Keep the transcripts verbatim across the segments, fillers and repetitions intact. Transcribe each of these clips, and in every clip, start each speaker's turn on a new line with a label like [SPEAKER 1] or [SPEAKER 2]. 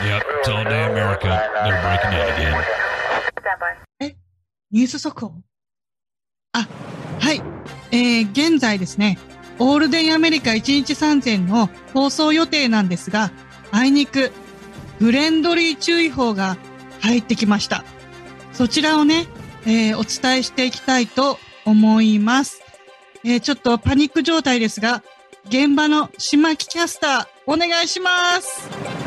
[SPEAKER 1] Yep, it's all day America. They're breaking in again.
[SPEAKER 2] え、ニュース速報。あ、はい。えー、現在ですね、オールデンアメリカいちにちさんぜんの放送予定なんですが、あいにく、フレンドリー注意報が入ってきました。そちらをね、えー、お伝えしていきたいと思います。えー、ちょっとパニック状態ですが、現場の島木キャスター、お願いします。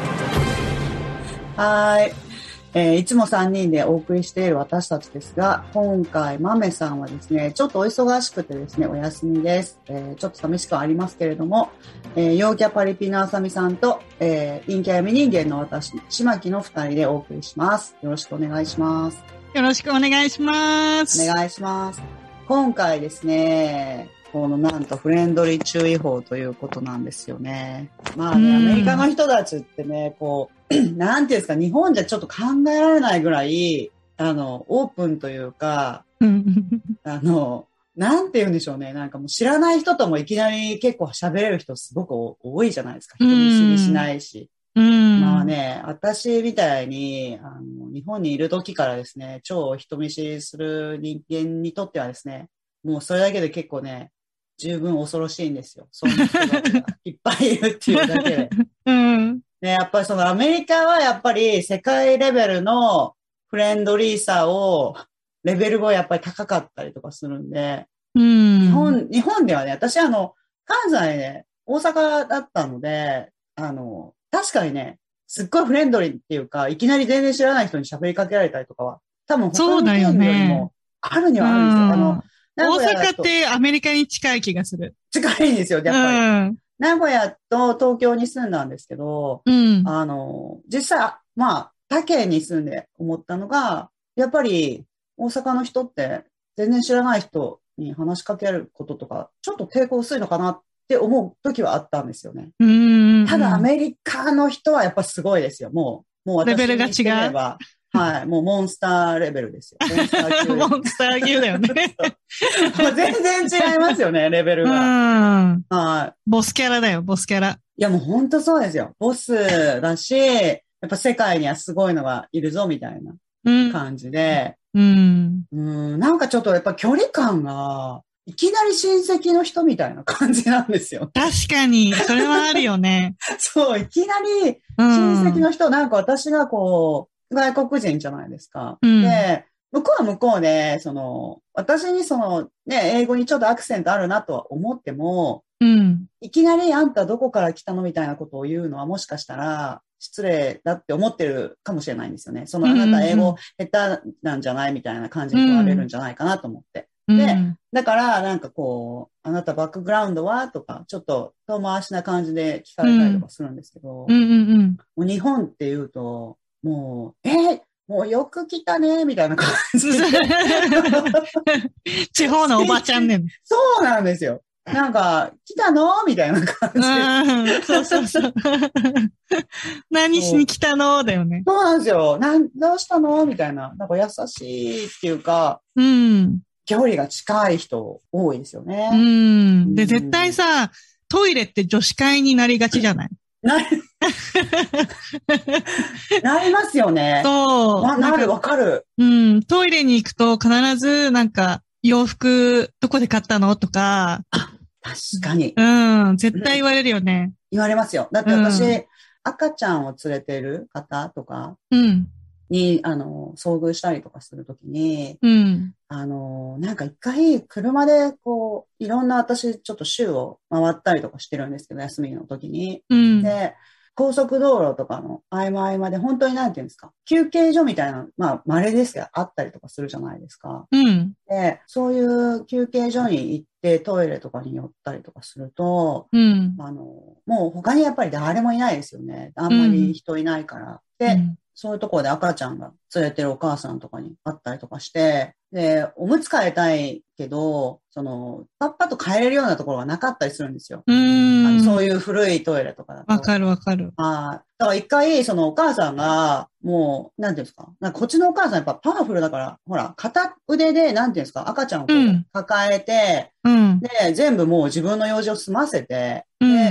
[SPEAKER 3] はい、えー。いつもさんにんでお送りしている私たちですが、今回マメさんはですね、ちょっとお忙しくてですね、お休みです。えー、ちょっと寂しくはありますけれども、えー、陽キャパリピのあさみさんと、えー、陰キャ闇人間の私、島木のふたりでお送りします。よろしくお願いします。
[SPEAKER 2] よろしくお願いします。
[SPEAKER 3] お願いします。今回ですね、このなんとフレンドリー注意報ということなんですよね。まあね、アメリカの人たちってね、こう、なんていうんですか、日本じゃちょっと考えられないぐらい、あの、オープンというか、あの、なんて言うんでしょうね、なんかもう知らない人ともいきなり結構喋れる人すごく多いじゃないですか。人見知りしないし。まあね、私みたいに、あの、日本にいる時からですね、超人見知りする人間にとってはですね、もうそれだけで結構ね、十分恐ろしいんですよ。そんな人たちがいっぱいいるっていうだけで。うん、ね、やっぱりそのアメリカはやっぱり世界レベルのフレンドリーさを、レベルもやっぱり高かったりとかするんで、うん、日本、日本ではね、私あの、関西ね、大阪だったので、あの、確かにね、すっごいフレンドリーっていうか、いきなり全然知らない人に喋りかけられたりとかは、多分他の県よりもあるにはあるんですよ。あの、
[SPEAKER 2] 大阪ってアメリカに近い気がする。
[SPEAKER 3] 近いんですよ、やっぱり。うん、名古屋と東京に住んだんですけど、うん、あの、実際、まあ、他県に住んで思ったのが、やっぱり大阪の人って全然知らない人に話しかけることとか、ちょっと抵抗薄いのかなって思う時はあったんですよね。うんうんうん、ただアメリカの人はやっぱすごいですよ。もう、もう私にしてみれば。はい。もうモンスターレベルですよ。モンスター級。
[SPEAKER 2] モンスター級だよね。
[SPEAKER 3] 全然違いますよね、レベルが。はい。
[SPEAKER 2] ボスキャラだよ、ボスキャラ。
[SPEAKER 3] いや、もう本当そうですよ。ボスだし、やっぱ世界にはすごいのがいるぞ、みたいな感じで。うん。うん。なんかちょっとやっぱ距離感が、いきなり親戚の人みたいな感じなんですよ。
[SPEAKER 2] 確かに、それはあるよね。
[SPEAKER 3] そう、いきなり親戚の人、うん、なんか私がこう、外国人じゃないですか。うん、で、向こうは向こうで、その、私にその、ね、英語にちょっとアクセントあるなとは思っても、うん、いきなりあんたどこから来たのみたいなことを言うのはもしかしたら失礼だって思ってるかもしれないんですよね。そのあなた英語下手なんじゃないみたいな感じに問われるんじゃないかなと思って。うん、で、だからなんかこう、あなたバックグラウンドはとか、ちょっと遠回しな感じで聞かれたりとかするんですけど、うんうんうん、もう日本っていうと、もう、えー、もうよく来たね、みたいな感じで。
[SPEAKER 2] 地方のおばちゃんね。
[SPEAKER 3] そうなんですよ。なんか、来たのみたいな感じで。
[SPEAKER 2] そうそうそう。何しに来たのだよね。
[SPEAKER 3] そうなんですよ。なん、どうしたのみたいな。なんか優しいっていうか、うん。距離が近い人多いですよね。
[SPEAKER 2] うん。で、絶対さ、トイレって女子会になりがちじゃない
[SPEAKER 3] なり、なりますよね。
[SPEAKER 2] そう。
[SPEAKER 3] な、なる、わかる。
[SPEAKER 2] うん。トイレに行くと必ずなんか洋服どこで買ったのとか。
[SPEAKER 3] あ、確かに。
[SPEAKER 2] うん。絶対言われるよね。
[SPEAKER 3] うん、言われますよ。だって私、うん、赤ちゃんを連れてる方とかに、うん、あの、遭遇したりとかするときに、うん、あの、なんか一回車でこう、いろんな私ちょっと州を回ったりとかしてるんですけど、休みの時に。うん、で、高速道路とかの合間合間で本当になんていうんですか、休憩所みたいな、まあ、稀ですけど、あったりとかするじゃないですか。うん。で、そういう休憩所に行ってトイレとかに寄ったりとかすると、うん。あの、もう他にやっぱり誰もいないですよね。あんまり人いないから。うん、で、うん、そういうところで赤ちゃんが連れてるお母さんとかに会ったりとかして、で、おむつ替えたいけど、その、パッパと変えれるようなところがなかったりするんですよ。うんあのそういう古いトイレとかだと。
[SPEAKER 2] わかるわかる。
[SPEAKER 3] ああ。だから一回、そのお母さんが、もう、なんていうんですか。なんかこっちのお母さんやっぱパワフルだから、ほら、片腕で、なんていうんですか、赤ちゃんをこう抱えて、うん、で、全部もう自分の用事を済ませて、うん、で、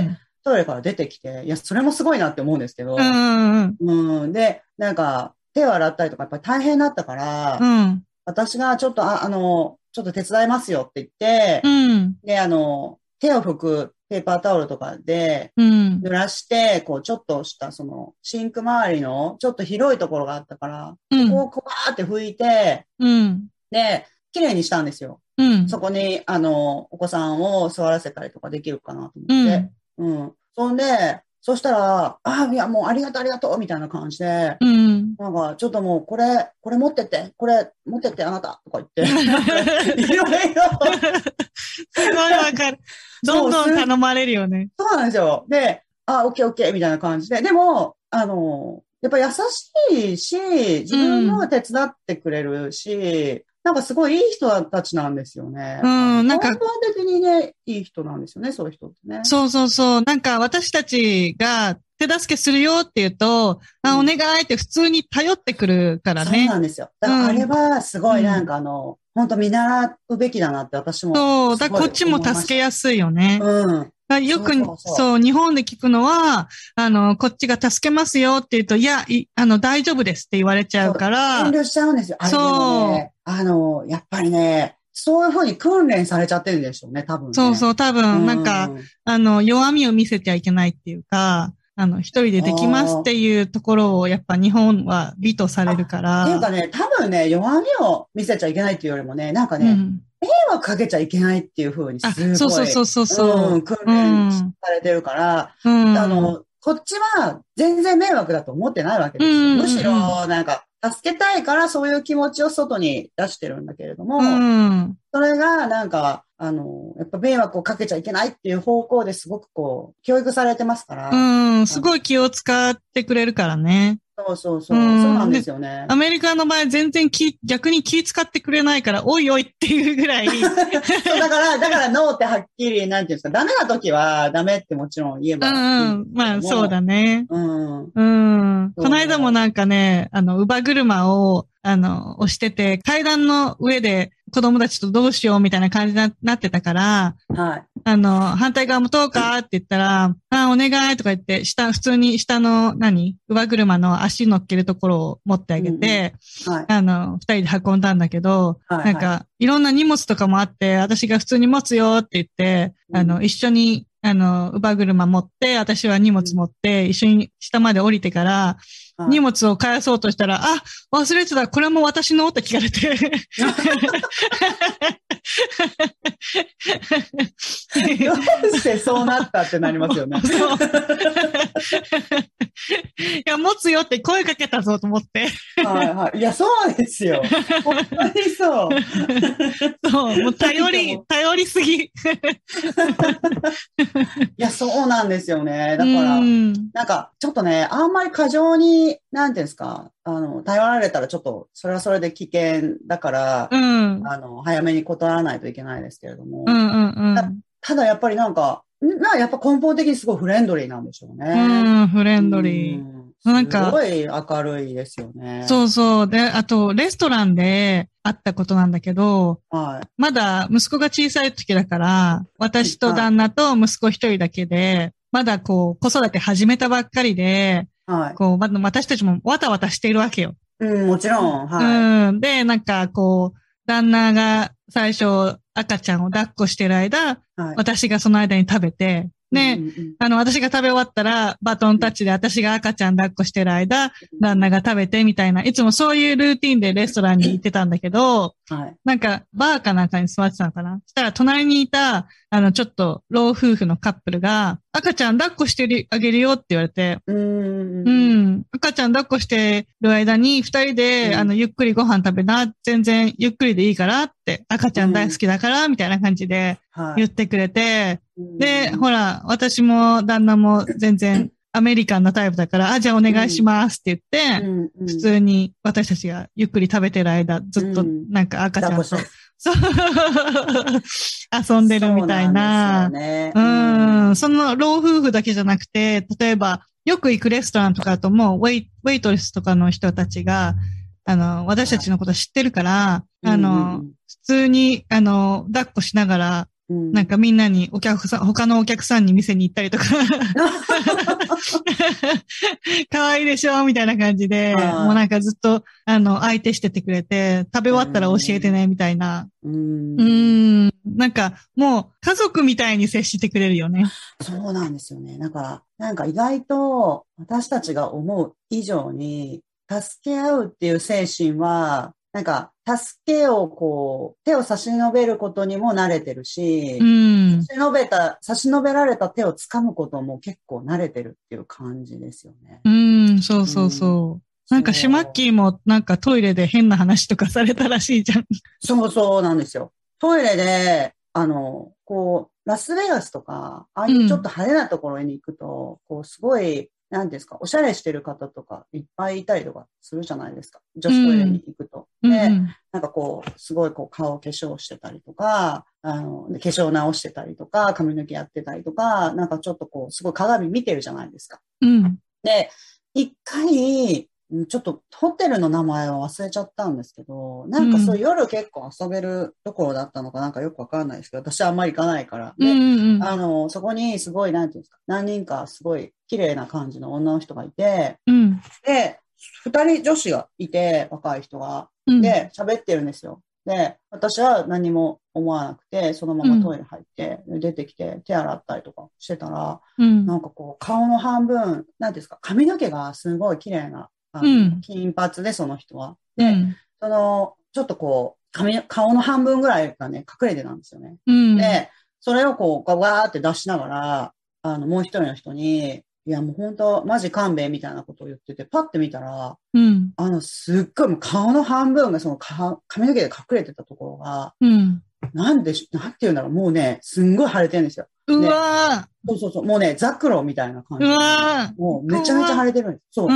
[SPEAKER 3] トイレから出てきて、いや、それもすごいなって思うんですけど、
[SPEAKER 2] うん
[SPEAKER 3] うん。で、なんか、手を洗ったりとかやっぱり大変だったから、
[SPEAKER 2] うん。
[SPEAKER 3] 私がちょっと、あ、あの、ちょっと手伝いますよって言って、
[SPEAKER 2] うん。
[SPEAKER 3] で、あの、手を拭くペーパータオルとかで
[SPEAKER 2] うん。
[SPEAKER 3] 濡らして、こう、ちょっとした、その、シンク周りの、ちょっと広いところがあったから、
[SPEAKER 2] うん。
[SPEAKER 3] ここをこう、バーって拭いて、
[SPEAKER 2] うん。
[SPEAKER 3] で、綺麗にしたんですよ。
[SPEAKER 2] うん。
[SPEAKER 3] そこに、あの、お子さんを座らせたりとかできるかなと
[SPEAKER 2] う
[SPEAKER 3] 思って。
[SPEAKER 2] ん。
[SPEAKER 3] うん。そんで、そしたら、あ、いや、もうありがとうありがとうみたいな感じで、
[SPEAKER 2] うん。
[SPEAKER 3] なんか、ちょっともう、これ、これ持ってって、これ持ってってあなたとか言って、なんか、いろいろ、
[SPEAKER 2] すごいわかる。どんどん頼まれるよね。
[SPEAKER 3] そうなんですよ。で、あ、オッケーオッケーみたいな感じで、でも、あの、やっぱ優しいし、自分も手伝ってくれるし、なんかすごいいい人たちなんですよね。
[SPEAKER 2] うん、なんか、
[SPEAKER 3] 根本的にね、いい人なんですよね、そういう人ってね。
[SPEAKER 2] そうそうそう。なんか私たちが手助けするよって言うと、あ、
[SPEAKER 3] うん
[SPEAKER 2] お願いって普通に頼ってくるから
[SPEAKER 3] そう
[SPEAKER 2] ね。
[SPEAKER 3] なんですよ。だからあれはすごいなん
[SPEAKER 2] うん
[SPEAKER 3] かあの、本当見習うべきだなって私も
[SPEAKER 2] そう、
[SPEAKER 3] すごい
[SPEAKER 2] だからこっちも
[SPEAKER 3] 思いました。
[SPEAKER 2] 助けやすいよね。
[SPEAKER 3] うん。
[SPEAKER 2] だよく、
[SPEAKER 3] そうそうそう
[SPEAKER 2] そう、日本で聞くのは、あの、こっちが助けますよって言うと、いや、い、あの、大丈夫ですって言われちゃうか
[SPEAKER 3] 遠
[SPEAKER 2] ら、
[SPEAKER 3] 慮しちゃうんですよ。あれでも
[SPEAKER 2] そ
[SPEAKER 3] ね、あの、やっぱりね、そういうふうに訓練されちゃってるんでしょうね、多分
[SPEAKER 2] う、
[SPEAKER 3] ね。
[SPEAKER 2] そうそう、多
[SPEAKER 3] う
[SPEAKER 2] 分、なんか、
[SPEAKER 3] ん。
[SPEAKER 2] あの、弱みを見せちゃいけないっていうか、あの、一人でできますっていうところを、やっぱ日本は美とされるか
[SPEAKER 3] っていう
[SPEAKER 2] ら、
[SPEAKER 3] かね、多分ね、弱みを見せちゃいけないっていうよりもね、なんかね、
[SPEAKER 2] うん。
[SPEAKER 3] 迷惑かけちゃいけないっていうふうに
[SPEAKER 2] あ、
[SPEAKER 3] すごい、
[SPEAKER 2] そうそうそうそうそう。
[SPEAKER 3] うん、訓
[SPEAKER 2] う
[SPEAKER 3] 練
[SPEAKER 2] ん。
[SPEAKER 3] されてるから、
[SPEAKER 2] うん。
[SPEAKER 3] あの、こっちは全然迷惑だと思ってないわけですよ。
[SPEAKER 2] うん
[SPEAKER 3] むし
[SPEAKER 2] うん
[SPEAKER 3] ろ、なんか、助けたいからそういう気持ちを外に出してるんだけれど
[SPEAKER 2] うん。
[SPEAKER 3] も、
[SPEAKER 2] うん。
[SPEAKER 3] それがなんか、あの、やっぱ迷惑をかけちゃいけないっていう方向ですごくこう、教育されてますから、
[SPEAKER 2] うん。す
[SPEAKER 3] あの
[SPEAKER 2] ごい気を使ってくれるからね。
[SPEAKER 3] そうそう
[SPEAKER 2] う
[SPEAKER 3] そう、そうなん
[SPEAKER 2] ん。
[SPEAKER 3] で
[SPEAKER 2] で、
[SPEAKER 3] すよね。
[SPEAKER 2] アメリカの場合全然気、逆に気使ってくれないから、おいおいっていうぐらい。
[SPEAKER 3] そう、だから、だからノーってはっきり、なんていうんですか、ダメな時はダメってもちろん言え
[SPEAKER 2] う
[SPEAKER 3] ばいいんです
[SPEAKER 2] んうん。まあ、
[SPEAKER 3] けども、
[SPEAKER 2] そうだね。
[SPEAKER 3] うん、
[SPEAKER 2] うん。
[SPEAKER 3] そう
[SPEAKER 2] この間もなんかね、あの、乳母車を、あの、押してて、階段の上で子供たちとどうしようみたいな感じにななってたから、
[SPEAKER 3] はい。
[SPEAKER 2] あの、反対側もどうかって言ったら、あ、お願いとか言って、下、普通に下の何、乳母車の足乗っけるところを持ってあげて、
[SPEAKER 3] うんうん、はい。
[SPEAKER 2] あの、二人で運んだんだけど、
[SPEAKER 3] はい、
[SPEAKER 2] なんか、いろんな荷物とかもあって、私が普通に持つよって言って、あの、
[SPEAKER 3] うん
[SPEAKER 2] 一緒に、あの、乳母車持って、私は荷物持って、一緒に下まで降りてから、
[SPEAKER 3] はい、
[SPEAKER 2] 荷物を返そうとしたら、あ、忘れてた、これも私のって聞かれて。
[SPEAKER 3] どうしてそうなったってなりますよね。
[SPEAKER 2] そう。いや、持つよって声かけたぞと思って。
[SPEAKER 3] はいはい。いや、そうですよ。本当にそう。
[SPEAKER 2] そう、もう頼り、頼りすぎ。
[SPEAKER 3] いや、そうなんですよね。だから、
[SPEAKER 2] うん
[SPEAKER 3] なんか、ちょっとね、あんまり過剰に、なんていうんですか、あの、頼られたらちょっと、それはそれで危険だから、
[SPEAKER 2] うん。
[SPEAKER 3] あの、早めに断らないといけないですけれども、
[SPEAKER 2] うんうんうん。
[SPEAKER 3] た、ただやっぱりなんか、な、やっぱ根本的にすごいフレンドリーなんでしょうね。
[SPEAKER 2] うん、フレンドリー。
[SPEAKER 3] うん
[SPEAKER 2] なんか
[SPEAKER 3] すごい明るいですよね。
[SPEAKER 2] そうそう。で、あと、レストランで会ったことなんだけど、
[SPEAKER 3] はい。
[SPEAKER 2] まだ息子が小さい時だから、私と旦那と息子一人だけで、まだこう、子育て始めたばっかりで、
[SPEAKER 3] はい。
[SPEAKER 2] こう、まだ私たちもわたわたしているわけよ。
[SPEAKER 3] うん、もちろん、はい。
[SPEAKER 2] うん。で、なんかこう、旦那が最初赤ちゃんを抱っこしてる間、
[SPEAKER 3] はい、
[SPEAKER 2] 私がその間に食べて、で、
[SPEAKER 3] うんうんうん、
[SPEAKER 2] あの、私が食べ終わったら、バトンタッチで私が赤ちゃん抱っこしてる間、旦那が食べてみたいな、いつもそういうルーティンでレストランに行ってたんだけど、
[SPEAKER 3] はい、
[SPEAKER 2] なんか、バーかなんかに座ってたのかな。そしたら、隣にいた、あの、ちょっと、老夫婦のカップルが、赤ちゃん抱っこしてあげるよって言われて、
[SPEAKER 3] うん、
[SPEAKER 2] うん。赤ちゃん抱っこしてる間に、二人で、うん、あの、ゆっくりご飯食べな、全然ゆっくりでいいからって、赤ちゃん大好きだから、みたいな感じで言ってくれて、うん、で、ほら、私も旦那も全然アメリカンなタイプだから、あ、じゃあお願いしますって言って、うん、普通に私たちがゆっくり食べてる間、ずっとなんか赤ちゃんと、そう遊んでるみたいな。
[SPEAKER 3] そうなんですよね。
[SPEAKER 2] うん。その老夫婦だけじゃなくて、例えば、よく行くレストランとかだともう、ウェイ、ウェイトレスとかの人たちが、あの、私たちのこと知ってるから、はい、あの、うん、普通に、あの、抱っこしながら、
[SPEAKER 3] うん、
[SPEAKER 2] なんかみんなにお客さん、他のお客さんに店に行ったりとか。可愛いでしょみたいな感じで、もうなんかずっと、あの、相手しててくれて、食べ終わったら教えてね、みたいな。
[SPEAKER 3] うん。
[SPEAKER 2] うーん。なんか、もう、家族みたいに接してくれるよね。
[SPEAKER 3] そうなんですよね。だから、なんか意外と、私たちが思う以上に、助け合うっていう精神は、なんか、助けをこう、手を差し伸べることにも慣れてるし、
[SPEAKER 2] うん。
[SPEAKER 3] 差し伸べた、差し伸べられた手を掴むことも結構慣れてるっていう感じですよね。
[SPEAKER 2] うん、そうそうそう。
[SPEAKER 3] うん、
[SPEAKER 2] なんか、シュマッキーもなんかトイレで変な話とかされたらしいじゃん。
[SPEAKER 3] そうそうなんですよ。トイレで、あの、こう、ラスベガスとか、ああいうちょっと派手なところに行くと、うん、こう、すごい、なんですか、おしゃれしてる方とかいっぱいいたりとかするじゃないですか。女子トイレに行くと。
[SPEAKER 2] うん、
[SPEAKER 3] で、
[SPEAKER 2] うん、
[SPEAKER 3] なんかこう、すごいこう、顔化粧してたりとか、あの、化粧直してたりとか、髪の毛やってたりとか、なんかちょっとこう、すごい鏡見てるじゃないですか。
[SPEAKER 2] うん。
[SPEAKER 3] で、一回、ちょっとホテルの名前を忘れちゃったんですけど、なんかそういう夜結構遊べるところだったのかなんかよくわかんないですけど、私はあんまり行かないから。で、
[SPEAKER 2] うんうん、
[SPEAKER 3] あの、そこにすごい、なんていうんですか、何人かすごい綺麗な感じの女の人がいて、
[SPEAKER 2] うん、
[SPEAKER 3] で、二人女子がいて、若い人が。で、喋ってるんですよ。で、私は何も思わなくて、そのままトイレ入って、うん、出てきて手洗ったりとかしてたら、うん、なんかこう顔の半分、なんですか、髪の毛がすごい綺麗な、あの、うん、金髪でその人は。で、うん、その、ちょっとこう、髪、顔の半分ぐらいがね、隠れてたんですよね。うん、で、それをこう、ガワーって出しながら、あの、もう一人の人に、いやもう本当マジ勘弁みたいなことを言ってて、パッて見たら、うん、あの、すっごいもう顔の半分がその髪の毛で隠れてたところが、うん、なんで、なんて言うんだろう、もうね、すんごい腫れてるんですよ。
[SPEAKER 2] うわ
[SPEAKER 3] ー、そうそうそう、もうね、ザクロみたいな感じで、うわー、もうめちゃめちゃ腫れてるんです。そう。うん、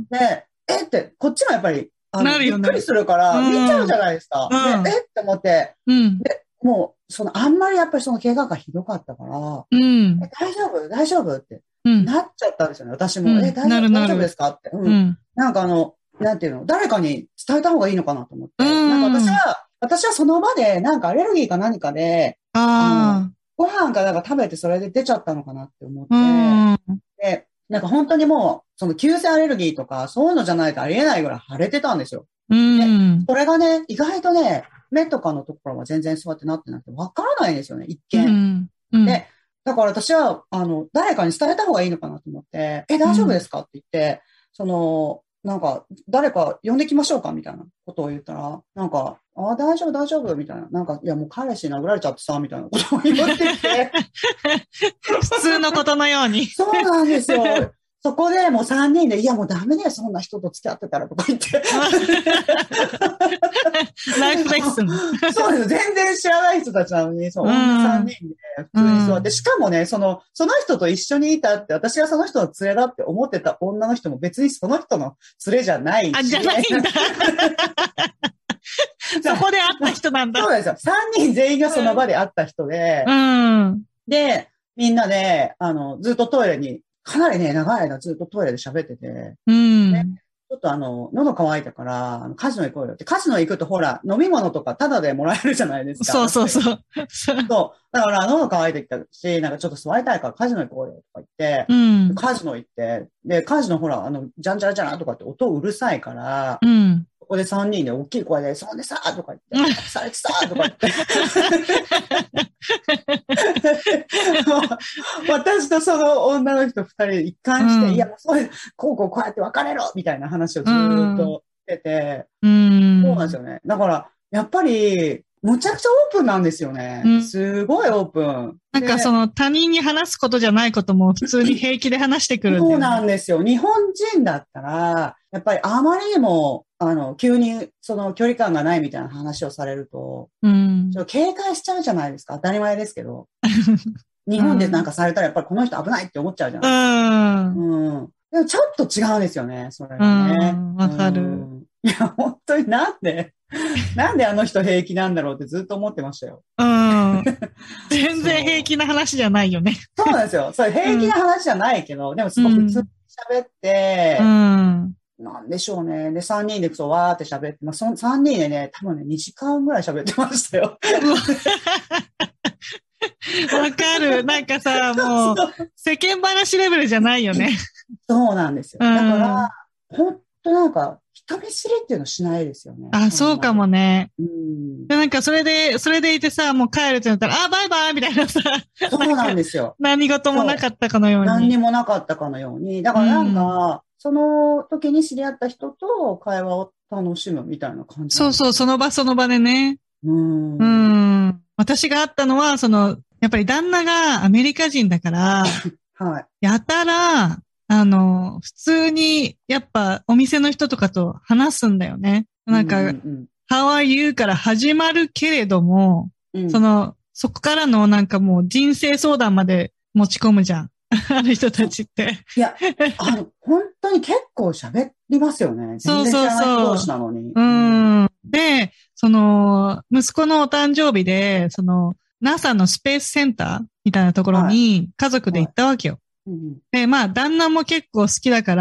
[SPEAKER 3] で、えって、こっちもやっぱり、あの、びっくりするから、見ちゃうじゃないですか。うん、で、えって思って、うん、で、もう、その、あんまりやっぱりその怪我がひどかったから、うん、大丈夫大丈夫って。うん、なっちゃったんですよね、私も。うん、え、大丈夫大丈夫ですかって、うん。うん。なんかあの、なんていうの、誰かに伝えた方がいいのかなと思って。うん、なんか私は、私はその場で、なんかアレルギーか何かで、あの、ご飯かなんか食べてそれで出ちゃったのかなって思って。うん、で、なんか本当にもう、その急性アレルギーとか、そういうのじゃないとありえないぐらい腫れてたんですよ。うん、で、それがね、意外とね、目とかのところは全然そうやってなってなくて、わからないんですよね、一見。うんうん、で、だから私は、あの、誰かに伝えた方がいいのかなと思って、え、大丈夫ですかって言って、その、なんか、誰か呼んできましょうかみたいなことを言ったら、なんか、あ、大丈夫、大丈夫みたいな。なんか、いや、もう彼氏に殴られちゃってさ、みたいなことを言ってきて。
[SPEAKER 2] 普通のことのように。
[SPEAKER 3] そうなんですよ。そこでもうさんにんで、いやもうダメだよ、そんな人と付き合ってたらとか言って。
[SPEAKER 2] ライフレッスン。
[SPEAKER 3] そうです。全然知らない人たちなのに、そう、女さんにんで普通に座って、しかもね、その、その人と一緒にいたって、私がその人の連れだって思ってた女の人も別にその人の連れじゃないし。
[SPEAKER 2] あ、じゃないんだ。そこで会った人なんだ。
[SPEAKER 3] そうですよ。さんにん全員がその場で会った人で、うん、で、みんなで、あの、ずっとトイレに、かなりね、長い間ずっとトイレで喋ってて、うん、でちょっとあの、喉乾いたから、あのカジノ行こうよって。カジノ行くとほら、飲み物とかタダでもらえるじゃないですか。
[SPEAKER 2] そうそうそう。
[SPEAKER 3] そう。だから喉乾いてきたし、なんかちょっと座りたいからカジノ行こうよとか言って、うん、カジノ行って、で、カジノほら、あの、じゃんじゃらじゃらとかって音うるさいから、うん、ここでさんにんで大きい声で、そんでさーとか言って、されてさーとか言って。私とその女の人二人一貫して、うん、いや、もうそういう、こうこうこうやって別れろみたいな話をずーっとしてて、うん、そうなんですよね。だから、やっぱり、むちゃくちゃオープンなんですよね。うん、すごいオープン。
[SPEAKER 2] なんかその他人に話すことじゃないことも普通に平気で話してくるんだよね。
[SPEAKER 3] そうなんですよ。日本人だったら、やっぱりあまりにも、あの、急にその距離感がないみたいな話をされると、うん、ちょっと警戒しちゃうじゃないですか。当たり前ですけど。日本でなんかされたらやっぱりこの人危ないって思っちゃうじゃないですか。うん。うん。でもちょっと違うんですよね、それがね。
[SPEAKER 2] わかる。
[SPEAKER 3] いや、本当になんで、なんであの人平気なんだろうってずっと思ってましたよ。
[SPEAKER 2] うん。全然平気な話じゃないよね。
[SPEAKER 3] そうなんですよ。それ平気な話じゃないけど、うん、でもすごく普通に喋って、うん、なんでしょうね。で、さんにんでそうわーって喋って、まあ、そのさんにんでね、多分ね、にじかんぐらい喋ってましたよ。
[SPEAKER 2] わかる。なんかさ、もう、世間話レベルじゃないよね。
[SPEAKER 3] そうなんですよ。
[SPEAKER 2] うん。
[SPEAKER 3] だから、ほんとなんか、人見知りっていうのしないですよね。
[SPEAKER 2] あ、そうかもね。
[SPEAKER 3] うん。
[SPEAKER 2] で、なんかそれで、それでいてさ、もう帰るってなったら、あ、バイバイみたいなさ、
[SPEAKER 3] そうなんですよ。
[SPEAKER 2] 何事もなかったかのように。
[SPEAKER 3] 何にもなかったかのように。だからなんか、その時に知り合った人と会話を楽しむみたいな感じ。
[SPEAKER 2] そうそう、その場その場でね。
[SPEAKER 3] うん。
[SPEAKER 2] うん。私があったのは、その、やっぱり旦那がアメリカ人だから、
[SPEAKER 3] はい。
[SPEAKER 2] やたら、あの、普通に、やっぱお店の人とかと話すんだよね。なんか、
[SPEAKER 3] うんうん、
[SPEAKER 2] How are you から始まるけれども、うん、その、そこからのなんかもう人生相談まで持ち込むじゃん。ある人たちって。
[SPEAKER 3] いや、あの、本当に結構喋りますよね。全然知らない人同士なのに。
[SPEAKER 2] うん。で、その、息子のお誕生日で、その、NASA のスペースセンターみたいなところに家族で行ったわけよ。はいはい、で、まあ、旦那も結構好きだから、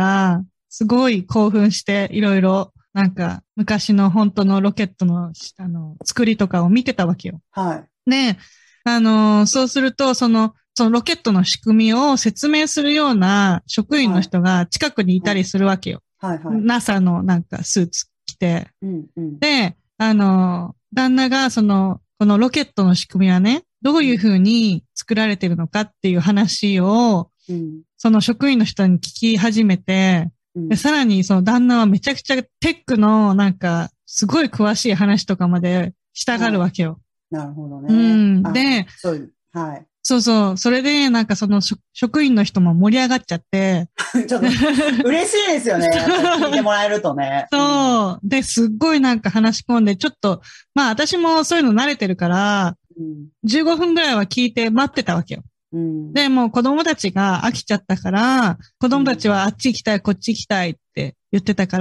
[SPEAKER 2] すごい興奮して、いろいろ、なんか、昔の本当のロケットの、あの、作りとかを見てたわけよ。
[SPEAKER 3] はい。
[SPEAKER 2] で、あの、そうすると、その、そのロケットの仕組みを説明するような職員の人が近くにいたりするわけよ。
[SPEAKER 3] はいはい、はい。
[SPEAKER 2] NASA のなんかスーツ着て。
[SPEAKER 3] うんうん、
[SPEAKER 2] で、あの、旦那がその、このロケットの仕組みはね、どういうふうに作られてるのかっていう話を、うん、その職員の人に聞き始めて、うん、でさらにその旦那はめちゃくちゃテックのなんかすごい詳しい話とかまでしたがるわけよ。
[SPEAKER 3] なるほどね。
[SPEAKER 2] うん。で、
[SPEAKER 3] そう、はい。
[SPEAKER 2] そうそう。それで、なんかその職員の人も盛り上がっちゃって。
[SPEAKER 3] ちょっと、嬉しいですよね。やっぱり聞いてもらえるとね。
[SPEAKER 2] そう。で、すっごいなんか話し込んで、ちょっと、まあ私もそういうの慣れてるから、うん、じゅうごふんぐらいは聞いて待ってたわけよ。うん、で、もう子供たちが飽きちゃったから、子供たちはあっち行きたい、こっち行きたいって言ってたから、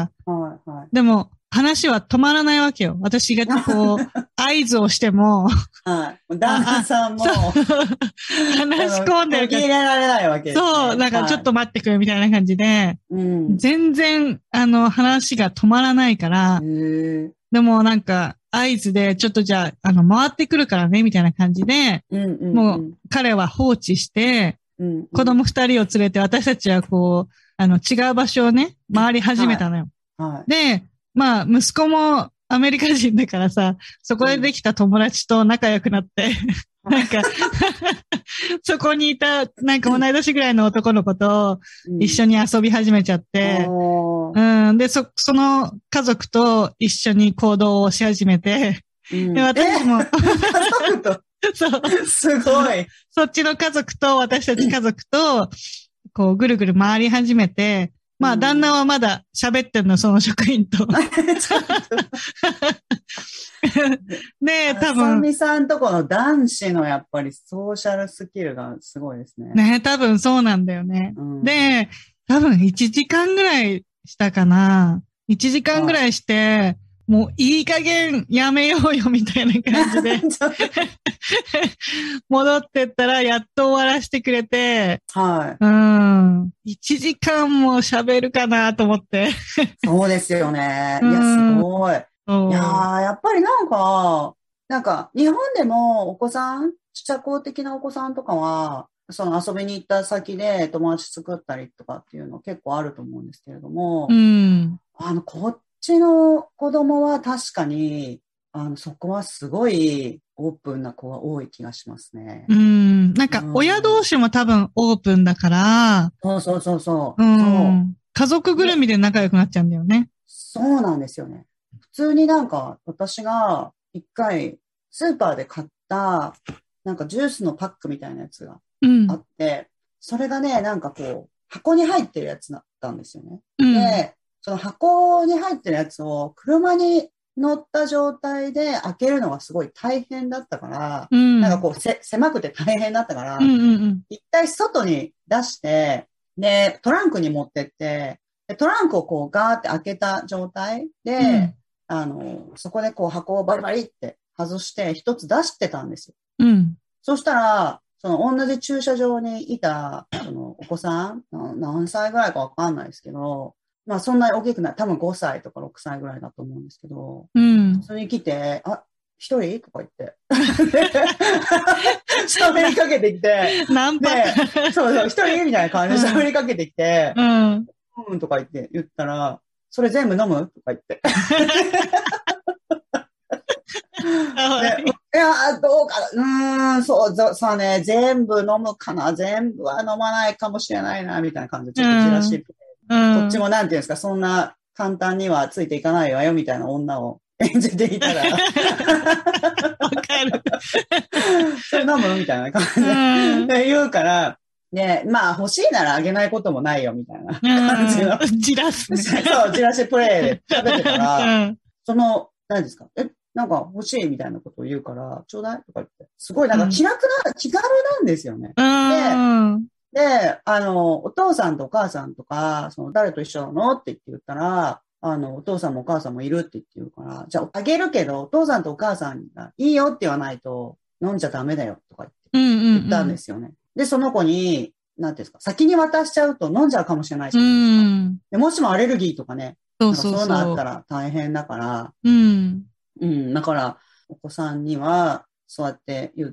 [SPEAKER 2] はいはい、でも、話は止まらないわけよ。私がこう、合図をしても。
[SPEAKER 3] はい。旦那さんも。話
[SPEAKER 2] し込んでるから。
[SPEAKER 3] 入れられないわけです、ね。
[SPEAKER 2] そう、だからちょっと待ってくれみたいな感じで。うん、全然、あの、話が止まらないから。でもなんか、合図で、ちょっとじゃあ、あの、回ってくるからね、みたいな感じで。うんうんうん、もう、彼は放置して、うんうん、子供二人を連れて、私たちはこう、あの、違う場所をね、回り始めたのよ。はいはい、で、まあ、息子もアメリカ人だからさ、そこでできた友達と仲良くなって、うん、なんか、そこにいた、なんか同い年ぐらいの男の子と一緒に遊び始めちゃって、うん、うん、で、そ、その家族と一緒に行動をし始めて、うん、で、私も、家
[SPEAKER 3] 族とそう。すごい。
[SPEAKER 2] そっちの家族と私たち家族と、こう、ぐるぐる回り始めて、まあ、旦那はまだ喋ってんの、その職員と。で、多分。
[SPEAKER 3] あさみさんとこの男子のやっぱりソーシャルスキルがすごいですね。
[SPEAKER 2] ね、多分そうなんだよね。うん、で、多分いちじかんぐらいしたかな。いちじかんぐらいして、もういい加減やめようよみたいな感じで戻ってったらやっと終わらせてくれて、はい。うん。いちじかんも喋るかなと思って
[SPEAKER 3] そうですよね。いや、すごい。いやー、やっぱりなんか、なんか日本でもお子さん、社交的なお子さんとかは、その遊びに行った先で友達作ったりとかっていうの結構あると思うんですけれども、うん。あの、こっうちの子供は確かに、あの、そこはすごいオープンな子が多い気がしますね。
[SPEAKER 2] うん。なんか、親同士も多分オープンだから、
[SPEAKER 3] そうそうそうそう。
[SPEAKER 2] うん。そう家族ぐるみで仲良くなっちゃうんだよね。
[SPEAKER 3] そうなんですよね。普通になんか、私が一回、スーパーで買った、なんかジュースのパックみたいなやつがあって、うん、それがね、なんかこう、箱に入ってるやつだったんですよね。うん、で、その箱に入ってるやつを車に乗った状態で開けるのがすごい大変だったから、うん、なんかこうせ狭くて大変だったから、うんうんうん、一回外に出して、で、トランクに持ってって、でトランクをこうガーって開けた状態で、うん、あの、そこでこう箱をバリバリって外して一つ出してたんですよ。うん、そしたら、その同じ駐車場にいた、そのお子さん、何歳ぐらいかわかんないですけど、まあそんなに大きくない。多分ごさいとかろくさいぐらいだと思うんですけど、うん、それに来て、あ、 一人とか言って。喋りかけてきて。
[SPEAKER 2] ナンパ
[SPEAKER 3] で、そうそう、一人みたいな感じで喋りかけてきて、
[SPEAKER 2] うん。
[SPEAKER 3] うん、とか言って、言ったら、それ全部飲むとか言って。でいや、どうかな。うーん、そう、さあね、全部飲むかな。全部は飲まないかもしれないな、みたいな感じで、ちょっとじらしい。うん、こっちもなんていうんですか、そんな簡単にはついていかないわよ、みたいな女を演じていたら。わか
[SPEAKER 2] る。
[SPEAKER 3] それ飲むみたいな感じで、うん、で言うから、ね、まあ欲しいならあげないこともないよ、みたいな感じの。
[SPEAKER 2] じらす、ね。
[SPEAKER 3] そう、じらしプレイで食べてたら、うん、その、何ですかえなんか欲しいみたいなことを言うから、ちょうだいとか言って。すごいなんか気楽な、うん、気軽なんですよね。で、で、あの、お父さんとお母さんとか、その誰と一緒なのって言って言ったら、あの、お父さんもお母さんもいるって言って言うから、じゃああげるけど、お父さんとお母さんがいいよって言わないと飲んじゃダメだよとか言って言ったんですよね。うんうんうん、で、その子に、なんていうんですか、先に渡しちゃうと飲んじゃうかもしれないじゃないですか。うん、でもしもアレルギーとかね、そうそうそう、なんかそういうのあったら大変だから、
[SPEAKER 2] うん
[SPEAKER 3] うん、だから、お子さんには、そうやって言って、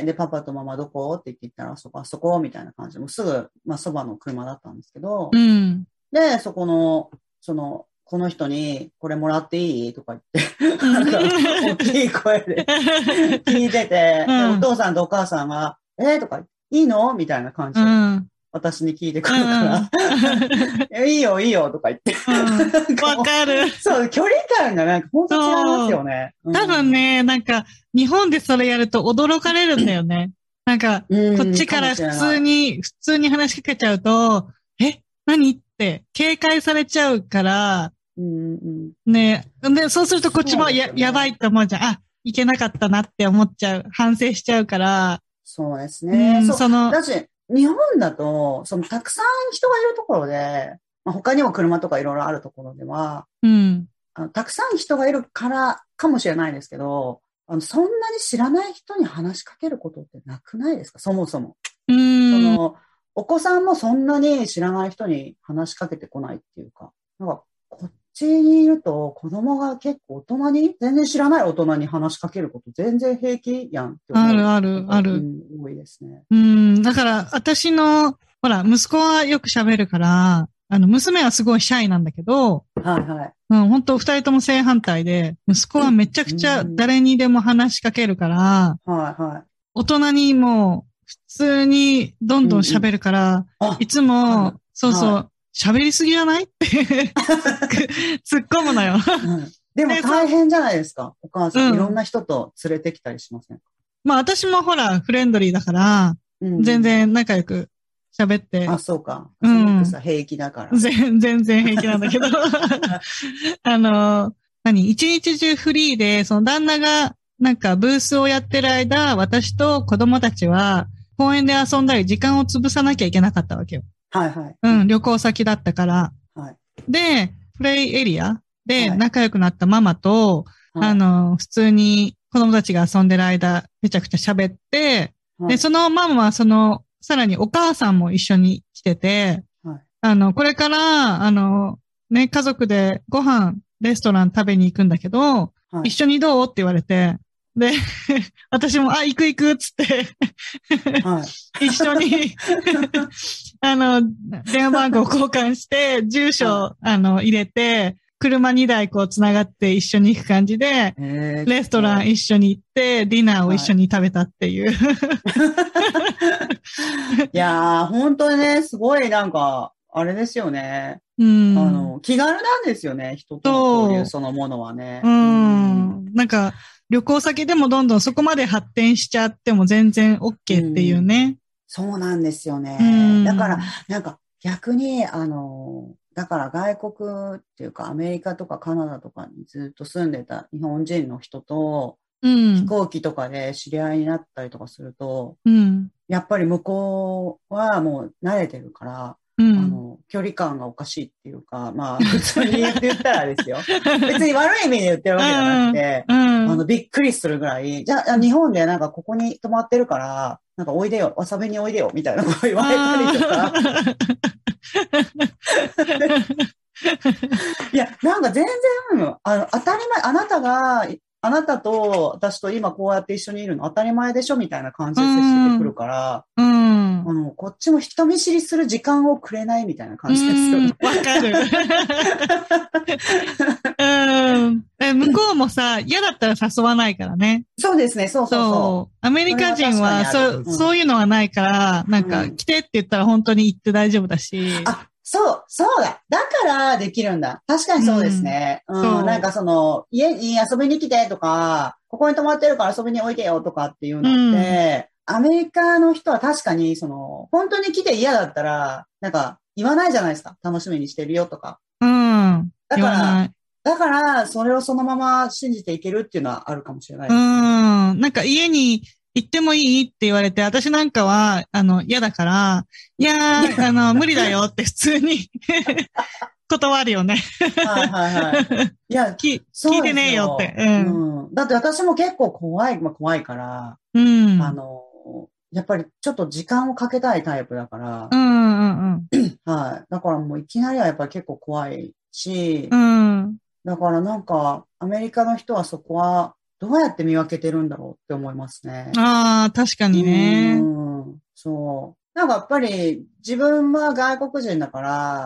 [SPEAKER 3] で、パパとママどこって言ったら、あそこ、あそこ、みたいな感じで、もうすぐ、まあ、そばの車だったんですけど、
[SPEAKER 2] うん、
[SPEAKER 3] で、そこの、その、この人に、これもらっていいとか言って、なんか、大きい声で聞いてて、うん、で、お父さんとお母さんが、えー、とか、いいのみたいな感じで。うん私に聞いてくるから、うん、いいよ、いいよ、とか言って。
[SPEAKER 2] わ、うん、かる。
[SPEAKER 3] そう、距離感がなんか本当違いますよね。
[SPEAKER 2] うん、多分ね、なんか、日本でそれやると驚かれるんだよね。なんか、うん、こっちから普通に、普通に話しかけちゃうと、え、何って警戒されちゃうから、
[SPEAKER 3] うんうん、
[SPEAKER 2] ね、で、そうするとこっちもや、ね、やばいって思うじゃん。あ、いけなかったなって思っちゃう。反省しちゃうから。
[SPEAKER 3] そうですね。
[SPEAKER 2] うん、
[SPEAKER 3] そう
[SPEAKER 2] その、
[SPEAKER 3] だし、日本だと、そのたくさん人がいるところで、まあ、他にも車とかいろいろあるところでは、
[SPEAKER 2] うん、
[SPEAKER 3] あのたくさん人がいるからかもしれないですけど、あのそんなに知らない人に話しかけることってなくないですか、そもそも。
[SPEAKER 2] うん、
[SPEAKER 3] そのお子さんもそんなに知らない人に話しかけてこないっていうか、なんかこっちにいると子供が結構大人に、全然知らない大人に話しかけること全然平気やんって思う。
[SPEAKER 2] あるあるある。
[SPEAKER 3] うん、多いですね。
[SPEAKER 2] うん、だから私の、ほら、息子はよく喋るから、あの、娘はすごいシャイなんだけど、
[SPEAKER 3] はいはい。
[SPEAKER 2] うん、本当二人とも正反対で、息子はめちゃくちゃ誰にでも話しかけるから、
[SPEAKER 3] うん、はいはい。
[SPEAKER 2] 大人にも普通にどんどん喋るから、うんうん、いつも、そうそう、喋、はい、りすぎじゃないって突っ込むのよ。
[SPEAKER 3] うんでも大変じゃないですか。お母さん、うん、いろんな人と連れてきたりしませんか？
[SPEAKER 2] まあ私もほら、フレンドリーだから、うん、全然仲良く喋って。
[SPEAKER 3] あ、そうか。うん。さ平気だから。
[SPEAKER 2] 全然平気なんだけど。あの、何一日中フリーで、その旦那がなんかブースをやってる間、私と子供たちは公園で遊んだり時間を潰さなきゃいけなかったわけよ。
[SPEAKER 3] はいはい。
[SPEAKER 2] うん、旅行先だったから。
[SPEAKER 3] はい。
[SPEAKER 2] で、プレイエリアで、仲良くなったママと、はい、あの、普通に子供たちが遊んでる間、めちゃくちゃ喋って、はい、で、そのママは、その、さらにお母さんも一緒に来てて、はい、あの、これから、あの、ね、家族でご飯、レストラン食べに行くんだけど、はい、一緒にどうって言われて、で、私も、あ、行く行くっつって、はい、一緒に、あの、電話番号交換して、住所、はい、あの、入れて、車にだいこう繋がって一緒に行く感じで、えー、レストラン一緒に行って、ディナーを一緒に食べたっていう。
[SPEAKER 3] はい、いやー、本当にね、すごいなんか、あれですよね。
[SPEAKER 2] うん、
[SPEAKER 3] あの、気軽なんですよね、人との交流そのものはね。
[SPEAKER 2] うん。うんなんか、旅行先でもどんどんそこまで発展しちゃっても全然 OK っていうね。うん、
[SPEAKER 3] そうなんですよね。だから、なんか逆に、あの、だから外国っていうかアメリカとかカナダとかにずっと住んでた日本人の人と、うん、飛行機とかで知り合いになったりとかすると、
[SPEAKER 2] うん、
[SPEAKER 3] やっぱり向こうはもう慣れてるから、
[SPEAKER 2] うん、
[SPEAKER 3] あの距離感がおかしいっていうか、まあ普通に言ったらですよ。別に悪い意味で言ってるわけじゃなくて、
[SPEAKER 2] うん、
[SPEAKER 3] あのびっくりするぐらい、じゃあ日本でなんかここに泊まってるから、なんかおいでよ、遊びにおいでよみたいなこと言われたりとか。いや、なんか全然、あの、当たり前、あなたがあなたと私と今こうやって一緒にいるの当たり前でしょみたいな感じで接してくるから、
[SPEAKER 2] うん。
[SPEAKER 3] あの、こっちも人見知りする時間をくれないみたいな感じですよね。
[SPEAKER 2] わかる。うん。向こうもさ、嫌だったら誘わないからね。
[SPEAKER 3] そうですね、そうそうそう。
[SPEAKER 2] そうアメリカ人はそう、
[SPEAKER 3] うん、
[SPEAKER 2] そういうのはないから、なんか、来てって言ったら本当に行って大丈夫だし。
[SPEAKER 3] あ、そう、そうだ。だからできるんだ。確かにそうですね。うん。うん、なんかその、家に遊びに来てとか、ここに泊まってるから遊びにおいでよとかっていうのって、うん、アメリカの人は確かに、その、本当に来て嫌だったら、なんか、言わないじゃないですか。楽しみにしてるよとか。
[SPEAKER 2] うん。
[SPEAKER 3] だから、だから、それをそのまま信じていけるっていうのはあるかもしれないです、ね。
[SPEAKER 2] うん。なんか家に行ってもいいって言われて、私なんかは、あの、嫌だから、いやー、あの、無理だよって普通に断るよね。
[SPEAKER 3] はいはいはい。いや、
[SPEAKER 2] 聞いてねえよって、
[SPEAKER 3] うん。うん。だって私も結構怖い、まあ怖いから、
[SPEAKER 2] うん。
[SPEAKER 3] あの、やっぱりちょっと時間をかけたいタイプだから、
[SPEAKER 2] うんうんうん。
[SPEAKER 3] はい。だからもういきなりはやっぱり結構怖いし、
[SPEAKER 2] うん。
[SPEAKER 3] だからなんか、アメリカの人はそこは、どうやって見分けてるんだろうって思いますね。
[SPEAKER 2] ああ、確かにね。
[SPEAKER 3] うん。そう。なんかやっぱり、自分は外国人だから、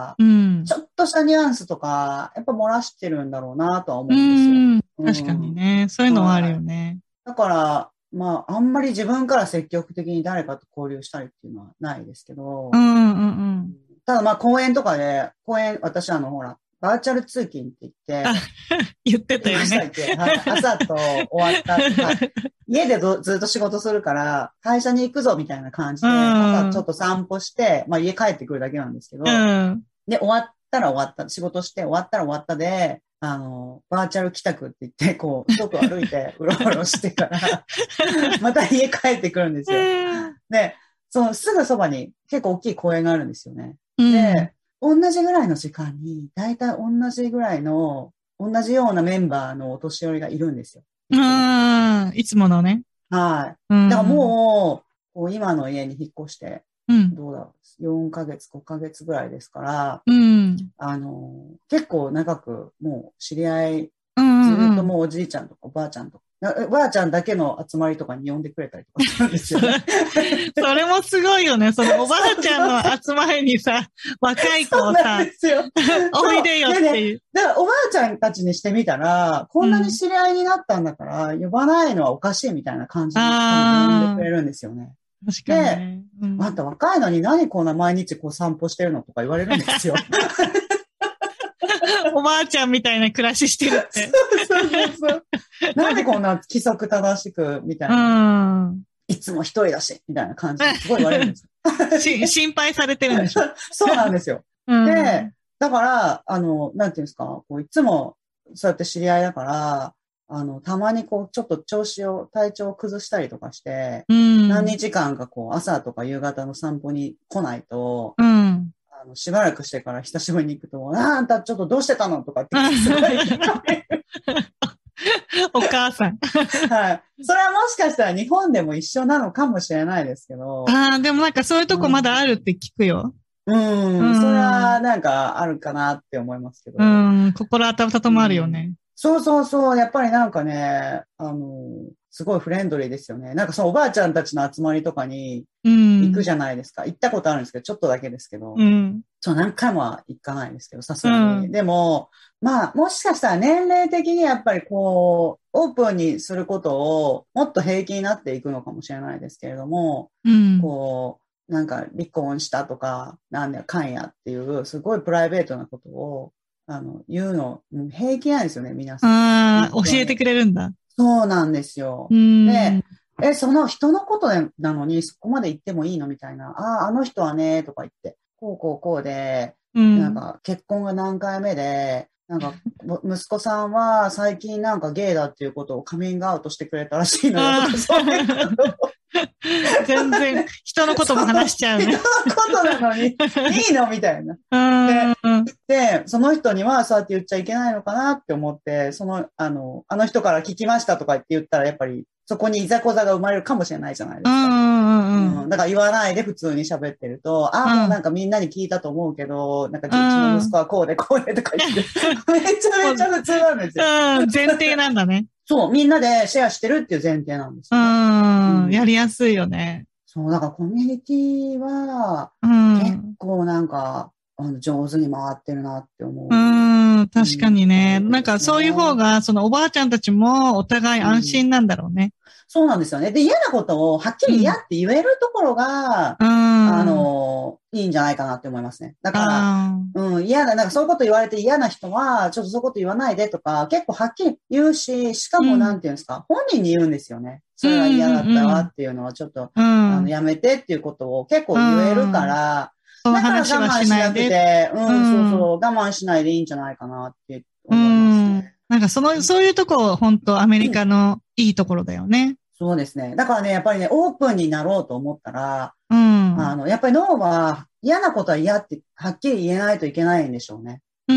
[SPEAKER 2] うん、
[SPEAKER 3] ちょっとしたニュアンスとか、やっぱ漏らしてるんだろうなとは思うんですよ。
[SPEAKER 2] うん、確かにね。そういうのはあるよね。
[SPEAKER 3] だから、まあ、あんまり自分から積極的に誰かと交流したりっていうのはないですけど、
[SPEAKER 2] うんうんうん、
[SPEAKER 3] ただまあ公園とかで、公園、私あのほら、バーチャル通勤って言って、
[SPEAKER 2] 言ってたよね。
[SPEAKER 3] はい、朝と終わった、はい、家でどずっと仕事するから、会社に行くぞみたいな感じで、朝ちょっと散歩して、まあ家帰ってくるだけなんですけど、
[SPEAKER 2] うん、
[SPEAKER 3] で、終わったら終わった、仕事して終わったら終わったで、あの、バーチャル帰宅って言って、こう、外歩いて、うろうろしてから、また家帰ってくるんですよ。で、そのすぐそばに結構大きい公園があるんですよね。で、同じぐらいの時間に、だいたい同じぐらいの、同じようなメンバーのお年寄りがいるんですよ。
[SPEAKER 2] うん、いつものね。
[SPEAKER 3] はい。うん、だからもう、こう今の家に引っ越して、うん、どうだろう、よんかげつ、ごかげつぐらいですから、
[SPEAKER 2] うん、
[SPEAKER 3] あの、結構長く、もう知り合い、ずっともうおじいちゃんとかおばあちゃんとか、おばあちゃんだけの集まりとかに呼んでくれたりとかするんですよね。
[SPEAKER 2] それもすごいよね。そのおばあちゃんの集まりにさ、若い子をさ、おいでよっていう。
[SPEAKER 3] だからおばあちゃんたちにしてみたら、こんなに知り合いになったんだから、うん、呼ばないのはおかしいみたいな感じで呼んでくれるんですよね。
[SPEAKER 2] 確かに、ね。
[SPEAKER 3] で、うん、あんた若いのに何こんな毎日こう散歩してるのとか言われるんですよ。
[SPEAKER 2] おばあちゃんみたいな暮らししてるって。
[SPEAKER 3] そうそうそう。なんでこんな規則正しく、みたいな。うん、いつも一人だし、みたいな感じですごい言われるんですよ。
[SPEAKER 2] し心配されてるんでしょ。
[SPEAKER 3] そうなんですよ。うん、で、だから、あの、なんていうんですか、こういつもそうやって知り合いだから、あの、たまにこう、ちょっと調子を、体調を崩したりとかして、うん、何日間かこう、朝とか夕方の散歩に来ないと、うんあのしばらくしてから久しぶりに行くと、あ, あんたちょっとどうしてたのとかってすごい
[SPEAKER 2] お母さん。
[SPEAKER 3] はい。それはもしかしたら日本でも一緒なのかもしれないですけど。
[SPEAKER 2] ああ、でもなんかそういうとこまだあるって聞くよ。
[SPEAKER 3] うん。うん、それはなんかあるかなって思いますけど。
[SPEAKER 2] うん。心温まるよね、うん。
[SPEAKER 3] そうそうそう。やっぱりなんかね、あの、すごいフレンドリーですよね。なんかそのおばあちゃんたちの集まりとかに行くじゃないですか。うん、行ったことあるんですけど、ちょっとだけですけど。うん、そう何回もは行かないですけど、さすがに。うん、でも、まあ、もしかしたら年齢的にやっぱりこう、オープンにすることをもっと平気になっていくのかもしれないですけれども、うん、こう、なんか離婚したとか、なんだかんやっていう、すごいプライベートなことを、あの、言うの、平気なんですよね、皆さん。
[SPEAKER 2] ああ、教えてくれるんだ。
[SPEAKER 3] そうなんですよ。で、え、その人のことなのにそこまで言ってもいいのみたいな。ああ、あの人はね、とか言って、こうこうこうで、うん、なんか結婚が何回目で、なんか息子さんは最近なんかゲイだっていうことをカミングアウトしてくれたらしいのよ。そういうこと
[SPEAKER 2] 全然人のことも話しちゃうね。
[SPEAKER 3] 人のことなのにいいのみたいな。で、で、その人にはそうやって言っちゃいけないのかなって思って、その、あの、あの人から聞きましたとかって言ったらやっぱりそこにいざこざが生まれるかもしれないじゃないですか。うんうん、だから言わないで普通に喋ってると、ああ、もうなんかみんなに聞いたと思うけど、なんかうちの息子はこうでこうでとか言って、めちゃめちゃ普通なんですよ。
[SPEAKER 2] うん、前提なんだね。
[SPEAKER 3] そう、みんなでシェアしてるっていう前提なんです
[SPEAKER 2] う
[SPEAKER 3] よね。
[SPEAKER 2] ん、
[SPEAKER 3] うん
[SPEAKER 2] やりやすいよね。
[SPEAKER 3] そう、だからコミュニティは、
[SPEAKER 2] う
[SPEAKER 3] 結
[SPEAKER 2] ん。
[SPEAKER 3] 構なんか、あの、上手に回ってるなって思
[SPEAKER 2] う
[SPEAKER 3] う。
[SPEAKER 2] ん、確かにね。
[SPEAKER 3] うん
[SPEAKER 2] なんかそういう方が、そのおばあちゃんたちもお互い安心なんだろうね。
[SPEAKER 3] そうなんですよね。で、嫌なことをはっきり嫌って言えるところが、
[SPEAKER 2] うん。
[SPEAKER 3] あの、いいんじゃないかなって思いますね。だから、
[SPEAKER 2] あ
[SPEAKER 3] うん、嫌な、なんかそういうこと言われて嫌な人は、ちょっとそういうこと言わないでとか、結構はっきり言うし、しかもなんていうんですか、本人に言うんですよね。それは嫌だったわっていうのはちょっと、
[SPEAKER 2] うん。
[SPEAKER 3] あの、やめてっていうことを結構言えるから、
[SPEAKER 2] その
[SPEAKER 3] だから
[SPEAKER 2] 話は
[SPEAKER 3] 我慢しなく
[SPEAKER 2] しないで。
[SPEAKER 3] て、うん、
[SPEAKER 2] うん
[SPEAKER 3] そうそう、我慢しないでいいんじゃないかなって
[SPEAKER 2] う
[SPEAKER 3] 思います
[SPEAKER 2] ん。
[SPEAKER 3] ね。
[SPEAKER 2] なんかその、そういうとこ、本当アメリカのいいところだよね。
[SPEAKER 3] そうですね。だからね、やっぱりね、オープンになろうと思ったら、
[SPEAKER 2] うん。
[SPEAKER 3] あの、やっぱり脳は嫌なことは嫌ってはっきり言えないといけないんでしょうね。
[SPEAKER 2] うん、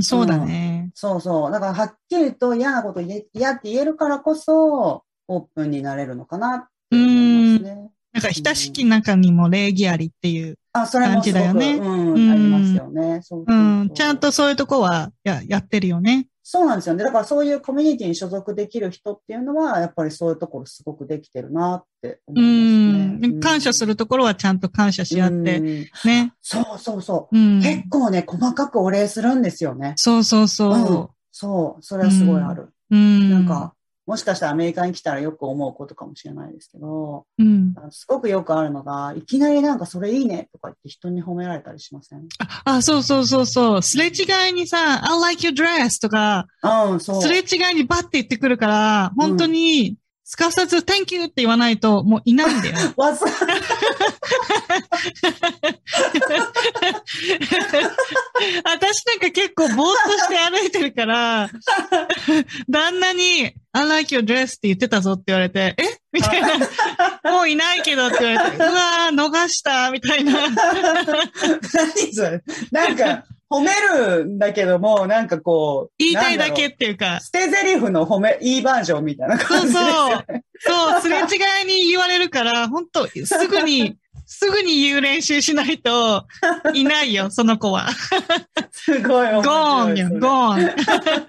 [SPEAKER 2] そうだね。
[SPEAKER 3] そうそう。だからはっきりと嫌なこと言え嫌って言えるからこそ、オープンになれるのかなって思いますね。
[SPEAKER 2] なんか、親しき中にも礼儀ありっていう
[SPEAKER 3] あ、それ
[SPEAKER 2] 感
[SPEAKER 3] もすごく、
[SPEAKER 2] じだよね。
[SPEAKER 3] うん、
[SPEAKER 2] うん
[SPEAKER 3] ありますよね。そうそうそう
[SPEAKER 2] うん。ちゃんとそういうとこはや、やってるよね。
[SPEAKER 3] そうなんですよね。だからそういうコミュニティに所属できる人っていうのは、やっぱりそういうところすごくできてるなって思
[SPEAKER 2] う
[SPEAKER 3] いますね。
[SPEAKER 2] ん。感謝するところはちゃんと感謝し合って、
[SPEAKER 3] うん
[SPEAKER 2] ね。
[SPEAKER 3] そうそうそう。
[SPEAKER 2] うん。
[SPEAKER 3] 結構ね、細かくお礼するんですよね。
[SPEAKER 2] そうそうそう。
[SPEAKER 3] うん、そう。それはすごいある。
[SPEAKER 2] うん。
[SPEAKER 3] なんか、もしかしたらアメリカに来たらよく思うことかもしれないですけど、
[SPEAKER 2] うん、
[SPEAKER 3] すごくよくあるのが、いきなりなんかそれいいねとか言って人に褒められたりしません？
[SPEAKER 2] あ、あ、そうそうそうそう。すれ違いにさ、I like your dress とか、
[SPEAKER 3] うん、そう。
[SPEAKER 2] すれ違いにバッて言ってくるから、本当に、すかさず Thank you って言わないともういないんだよ。
[SPEAKER 3] わざ
[SPEAKER 2] 私なんか結構ぼーっとして歩いてるから、旦那に I like your dress って言ってたぞって言われて、えみたいな。もういないけどって言われて、うわー逃したみたいな。
[SPEAKER 3] 何それなんか、褒めるんだけども、なんかこう。
[SPEAKER 2] 言いたいだけっていうか。
[SPEAKER 3] 捨て台詞の褒め、いいバージョンみたいな感じですよね。
[SPEAKER 2] そうそう。そう、すれ違いに言われるから、本当すぐに、すぐに言う練習しないと、いないよ、その子は。
[SPEAKER 3] すごい面白い。
[SPEAKER 2] ゴーンよ、ゴーン。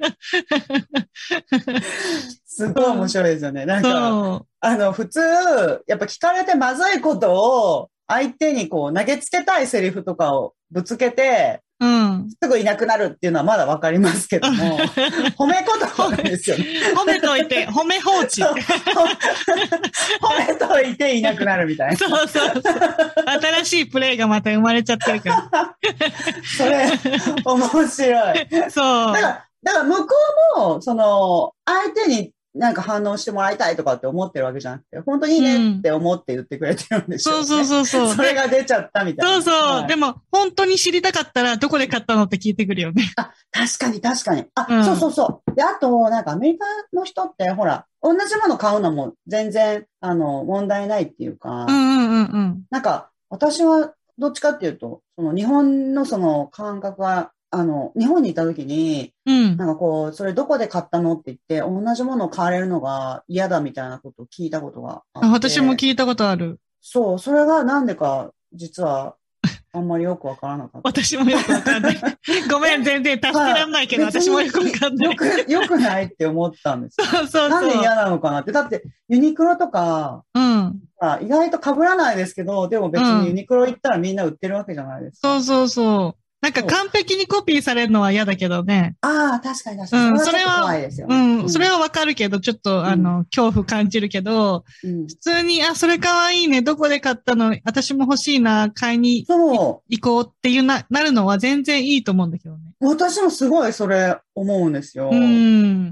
[SPEAKER 3] すごい面白いですよね。なんか、あの、普通、やっぱ聞かれてまずいことを、相手にこう投げつけたいセリフとかをぶつけて、
[SPEAKER 2] うん、
[SPEAKER 3] すぐいなくなるっていうのはまだわかりますけども、褒め言葉なんですよね。
[SPEAKER 2] 褒めといて、褒め放置。
[SPEAKER 3] 褒めといていなくなるみたいな。
[SPEAKER 2] そうそうそう。新しいプレイがまた生まれちゃってるから。
[SPEAKER 3] それ、面白い。
[SPEAKER 2] そう。
[SPEAKER 3] だから、だから向こうも、その、相手になんか反応してもらいたいとかって思ってるわけじゃなくて、本当にいいねって思って言ってくれてるんでしょうね、
[SPEAKER 2] うん、そうそうそうそう。
[SPEAKER 3] それが出ちゃったみたいな。
[SPEAKER 2] そうそう。
[SPEAKER 3] はい、
[SPEAKER 2] でも、本当に知りたかったら、どこで買ったのって聞いてくるよね。
[SPEAKER 3] あ、確かに確かに。あ、
[SPEAKER 2] うん、
[SPEAKER 3] そうそうそう。で、あと、なんかアメリカの人って、ほら、同じもの買うのも全然、あの、問題ないっていうか、
[SPEAKER 2] うんうんうんうん。
[SPEAKER 3] なんか、私はどっちかっていうと、その日本のその感覚は、あの、日本にいた時に、うん、なんかこう、それどこで買ったのって言って、同じものを買われるのが嫌だみたいなことを聞いたことがあって。
[SPEAKER 2] あ、私も聞いたことある。
[SPEAKER 3] そう、それがなんでか、実は、あんまりよくわからなかった。
[SPEAKER 2] 私もよくわかんない。ごめん、全然助けらんないけど、私もよくわかんない。
[SPEAKER 3] よく、よくないって思ったんですよ。
[SPEAKER 2] そうそうそう。
[SPEAKER 3] なんで嫌なのかなって。だって、ユニクロとか、
[SPEAKER 2] うん。
[SPEAKER 3] 意外と被らないですけど、でも別にユニクロ行ったらみんな売ってるわけじゃないですか。
[SPEAKER 2] うん、そうそうそう。なんか完璧にコピーされるのは嫌だけどね。
[SPEAKER 3] ああ、確かに確かに。うん、それは怖いですよね。
[SPEAKER 2] うん、それはわかるけど、ちょっと、あの、恐怖感じるけど、うん、普通に、あ、それかわいいね、どこで買ったの、私も欲しいな、買いに行こうっていうな、なるのは全然いいと思うんだけどね。
[SPEAKER 3] 私もすごいそれ思うんですよ。
[SPEAKER 2] うん。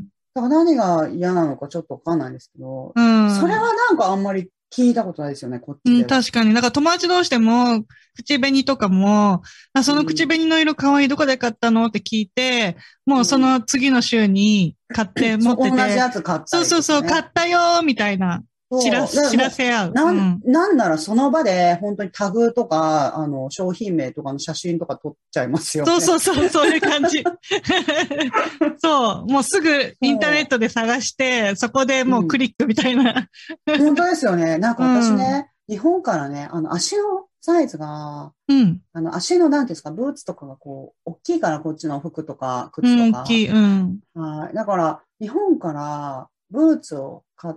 [SPEAKER 3] だから何が嫌なのかちょっとわかんないんですけど、うん、それはなんかあんまり聞いたことないですよね、こっちでは。
[SPEAKER 2] うん、確かに。なんか友達同士でも、口紅とかも、あ、その口紅の色可愛い、どこで買ったのって聞いて、もうその次の週に買って持ってて。
[SPEAKER 3] 同じやつ買った、ね。
[SPEAKER 2] そうそうそう、買ったよみたいな。知ら、知らせ合う。
[SPEAKER 3] なん、うん、なんならその場で本当にタグとか、あの、商品名とかの写真とか撮っちゃいますよね。
[SPEAKER 2] そうそうそう、そういう感じ。そう、もうすぐインターネットで探して、そこでもうクリックみたいな。
[SPEAKER 3] うん、本当ですよね。なんか私ね、うん、日本からね、あの、足のサイズが、うん、あの、足のなんていうんですか、ブーツとかがこう、大きいからこっちの服とか靴とか。
[SPEAKER 2] 大きい、うん。
[SPEAKER 3] はい。だから、日本から、 ブーツを買って、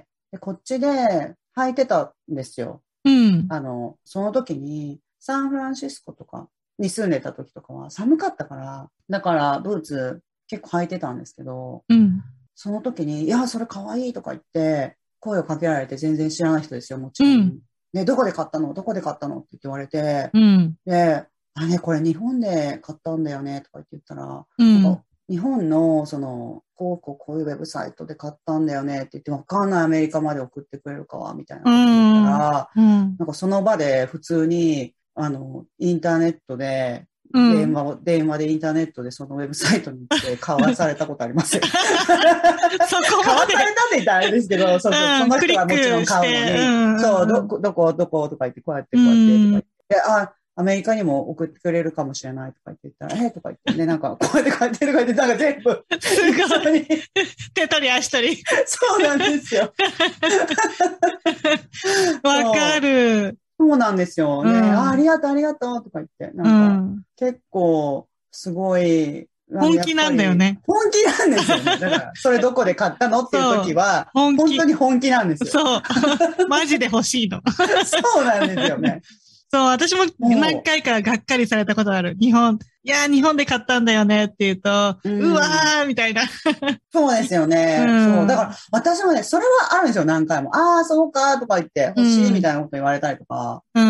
[SPEAKER 3] でこっちで履いてたんですよ。
[SPEAKER 2] うん。
[SPEAKER 3] あの、その時に、サンフランシスコとかに住んでた時とかは寒かったから、だからブーツ結構履いてたんですけど、
[SPEAKER 2] うん。
[SPEAKER 3] その時に、いや、それ可愛いとか言って、声をかけられて全然知らない人ですよ、もちろん。
[SPEAKER 2] うん、
[SPEAKER 3] で、どこで買ったのどこで買ったのって言われて、
[SPEAKER 2] うん。
[SPEAKER 3] で、あれ、これ日本で買ったんだよね、とか言って言ったら、
[SPEAKER 2] うん、
[SPEAKER 3] なんか日本の、その、こうこうこういうウェブサイトで買ったんだよねって言って、わかんないアメリカまで送ってくれるかは、みたいなこと言ったら、
[SPEAKER 2] うん、
[SPEAKER 3] なんかその場で普通に、あの、インターネットで、
[SPEAKER 2] うん、
[SPEAKER 3] 電話を、電話でインターネットでそのウェブサイトに行って買わされたことありますよ。
[SPEAKER 2] そこ
[SPEAKER 3] 買わ
[SPEAKER 2] まで。
[SPEAKER 3] されたって言ったらあれですけど、そうそう、
[SPEAKER 2] うん
[SPEAKER 3] その人はもちろん買うのに、
[SPEAKER 2] うん
[SPEAKER 3] そう、どこ、どこ、どことか言って、こうやって、こうやって、とか言って、であ、アメリカにも送ってくれるかもしれないとか言って言ったら、えとか言ってね、なんか、こうやってこうやってとか言って、なんか全部、
[SPEAKER 2] すごい。手取り足取り。
[SPEAKER 3] そうなんですよ。
[SPEAKER 2] わかる。
[SPEAKER 3] そうなんですよね、
[SPEAKER 2] うん、
[SPEAKER 3] あ。ありがとう、ありがとうとか言って、なんか、うん、結構、すごい、
[SPEAKER 2] 本気なんだよね。
[SPEAKER 3] 本気なんですよね。だから、それどこで買ったのっていう時は、本当に本気なんですよ。
[SPEAKER 2] そう。マジで欲しいの。
[SPEAKER 3] そうなんですよね。
[SPEAKER 2] そう、私も何回かがっかりされたことある。日本、いやー、日本で買ったんだよねって言うと、うん、うわーみたいな。
[SPEAKER 3] そうですよね。うん、そう。だから、私もね、それはあるんですよ、何回も。ああ、そうか、とか言って、欲しいみたいなこと言われたりとか、うん。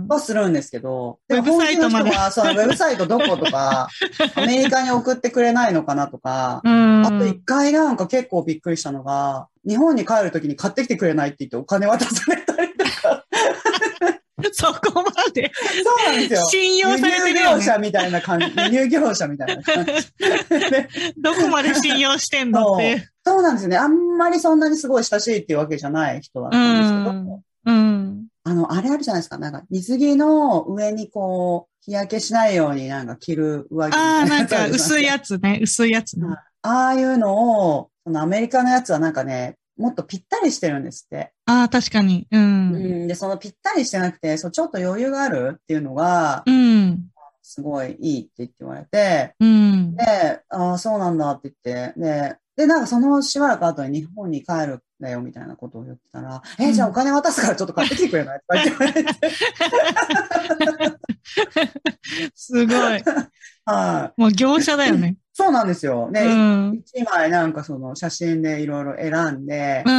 [SPEAKER 3] はするんですけど、
[SPEAKER 2] ウェブサイトまで。
[SPEAKER 3] は、そう、ウェブサイトどことか、アメリカに送ってくれないのかなとか、うん、あと一回なんか結構びっくりしたのが、日本に帰るときに買ってきてくれないって言ってお金渡されたりとか。
[SPEAKER 2] そこまで。
[SPEAKER 3] そうなんですよ。
[SPEAKER 2] 信用されてるよ、ね。
[SPEAKER 3] 輸入業者みたいな感じ。輸入業者みたいな感じ。
[SPEAKER 2] どこまで信用してんのって。
[SPEAKER 3] そうなんですよね。あんまりそんなにすごい親しいっていうわけじゃない人だったんですけど。うん。うん、あの、あれあるじゃないですか。なんか、水着の上にこう、日焼けしないようになんか着る上着みたいな。
[SPEAKER 2] ああ、なんか薄いやつね。薄いやつね。
[SPEAKER 3] ああいうのを、そのアメリカのやつはなんかね、もっとぴったりしてるんですって。
[SPEAKER 2] ああ、確かに。うん。
[SPEAKER 3] うん。で、そのぴったりしてなくて、そう、ちょっと余裕があるっていうのが、
[SPEAKER 2] うん。
[SPEAKER 3] すごいいいって言って言われて、
[SPEAKER 2] うん。
[SPEAKER 3] で、ああ、そうなんだって言って、で、で、なんかそのしばらく後に日本に帰るんだよみたいなことを言ってたら、うん、え、じゃあお金渡すからちょっと買ってきてくれないとか言って言われて。
[SPEAKER 2] すごい。
[SPEAKER 3] はい、
[SPEAKER 2] あ。もう業者だよね。
[SPEAKER 3] そうなんですよ。ね、
[SPEAKER 2] うん、
[SPEAKER 3] 一枚なんかその写真でいろいろ選んで、
[SPEAKER 2] うん、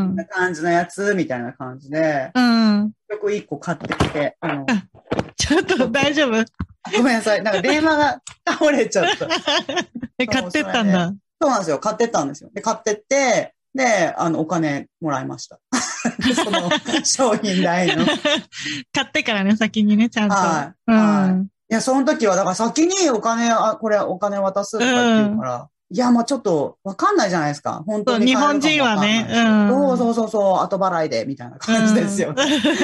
[SPEAKER 3] こんな感じのやつみたいな感じで、
[SPEAKER 2] うん、
[SPEAKER 3] 結構一個買ってきて、あの、
[SPEAKER 2] ちょっと大丈夫？
[SPEAKER 3] ごめんなさい。なんか電話が倒れちゃった。
[SPEAKER 2] え、買ってったんだ。
[SPEAKER 3] そうなんですよ。買ってったんですよ。で、買ってって、で、あの、お金もらいました。その商品代の。
[SPEAKER 2] 買ってからね、先にね、ちゃんと。
[SPEAKER 3] はい。うん、はい。いや、その時は、だから先にお金、あ、これお金渡すとかって言うから、うん、いや、もうちょっとわかんないじゃないですか。本当に。
[SPEAKER 2] 日本人はね。
[SPEAKER 3] うん。そうそうそうそう、後払いで、みたいな感じですよ。うん、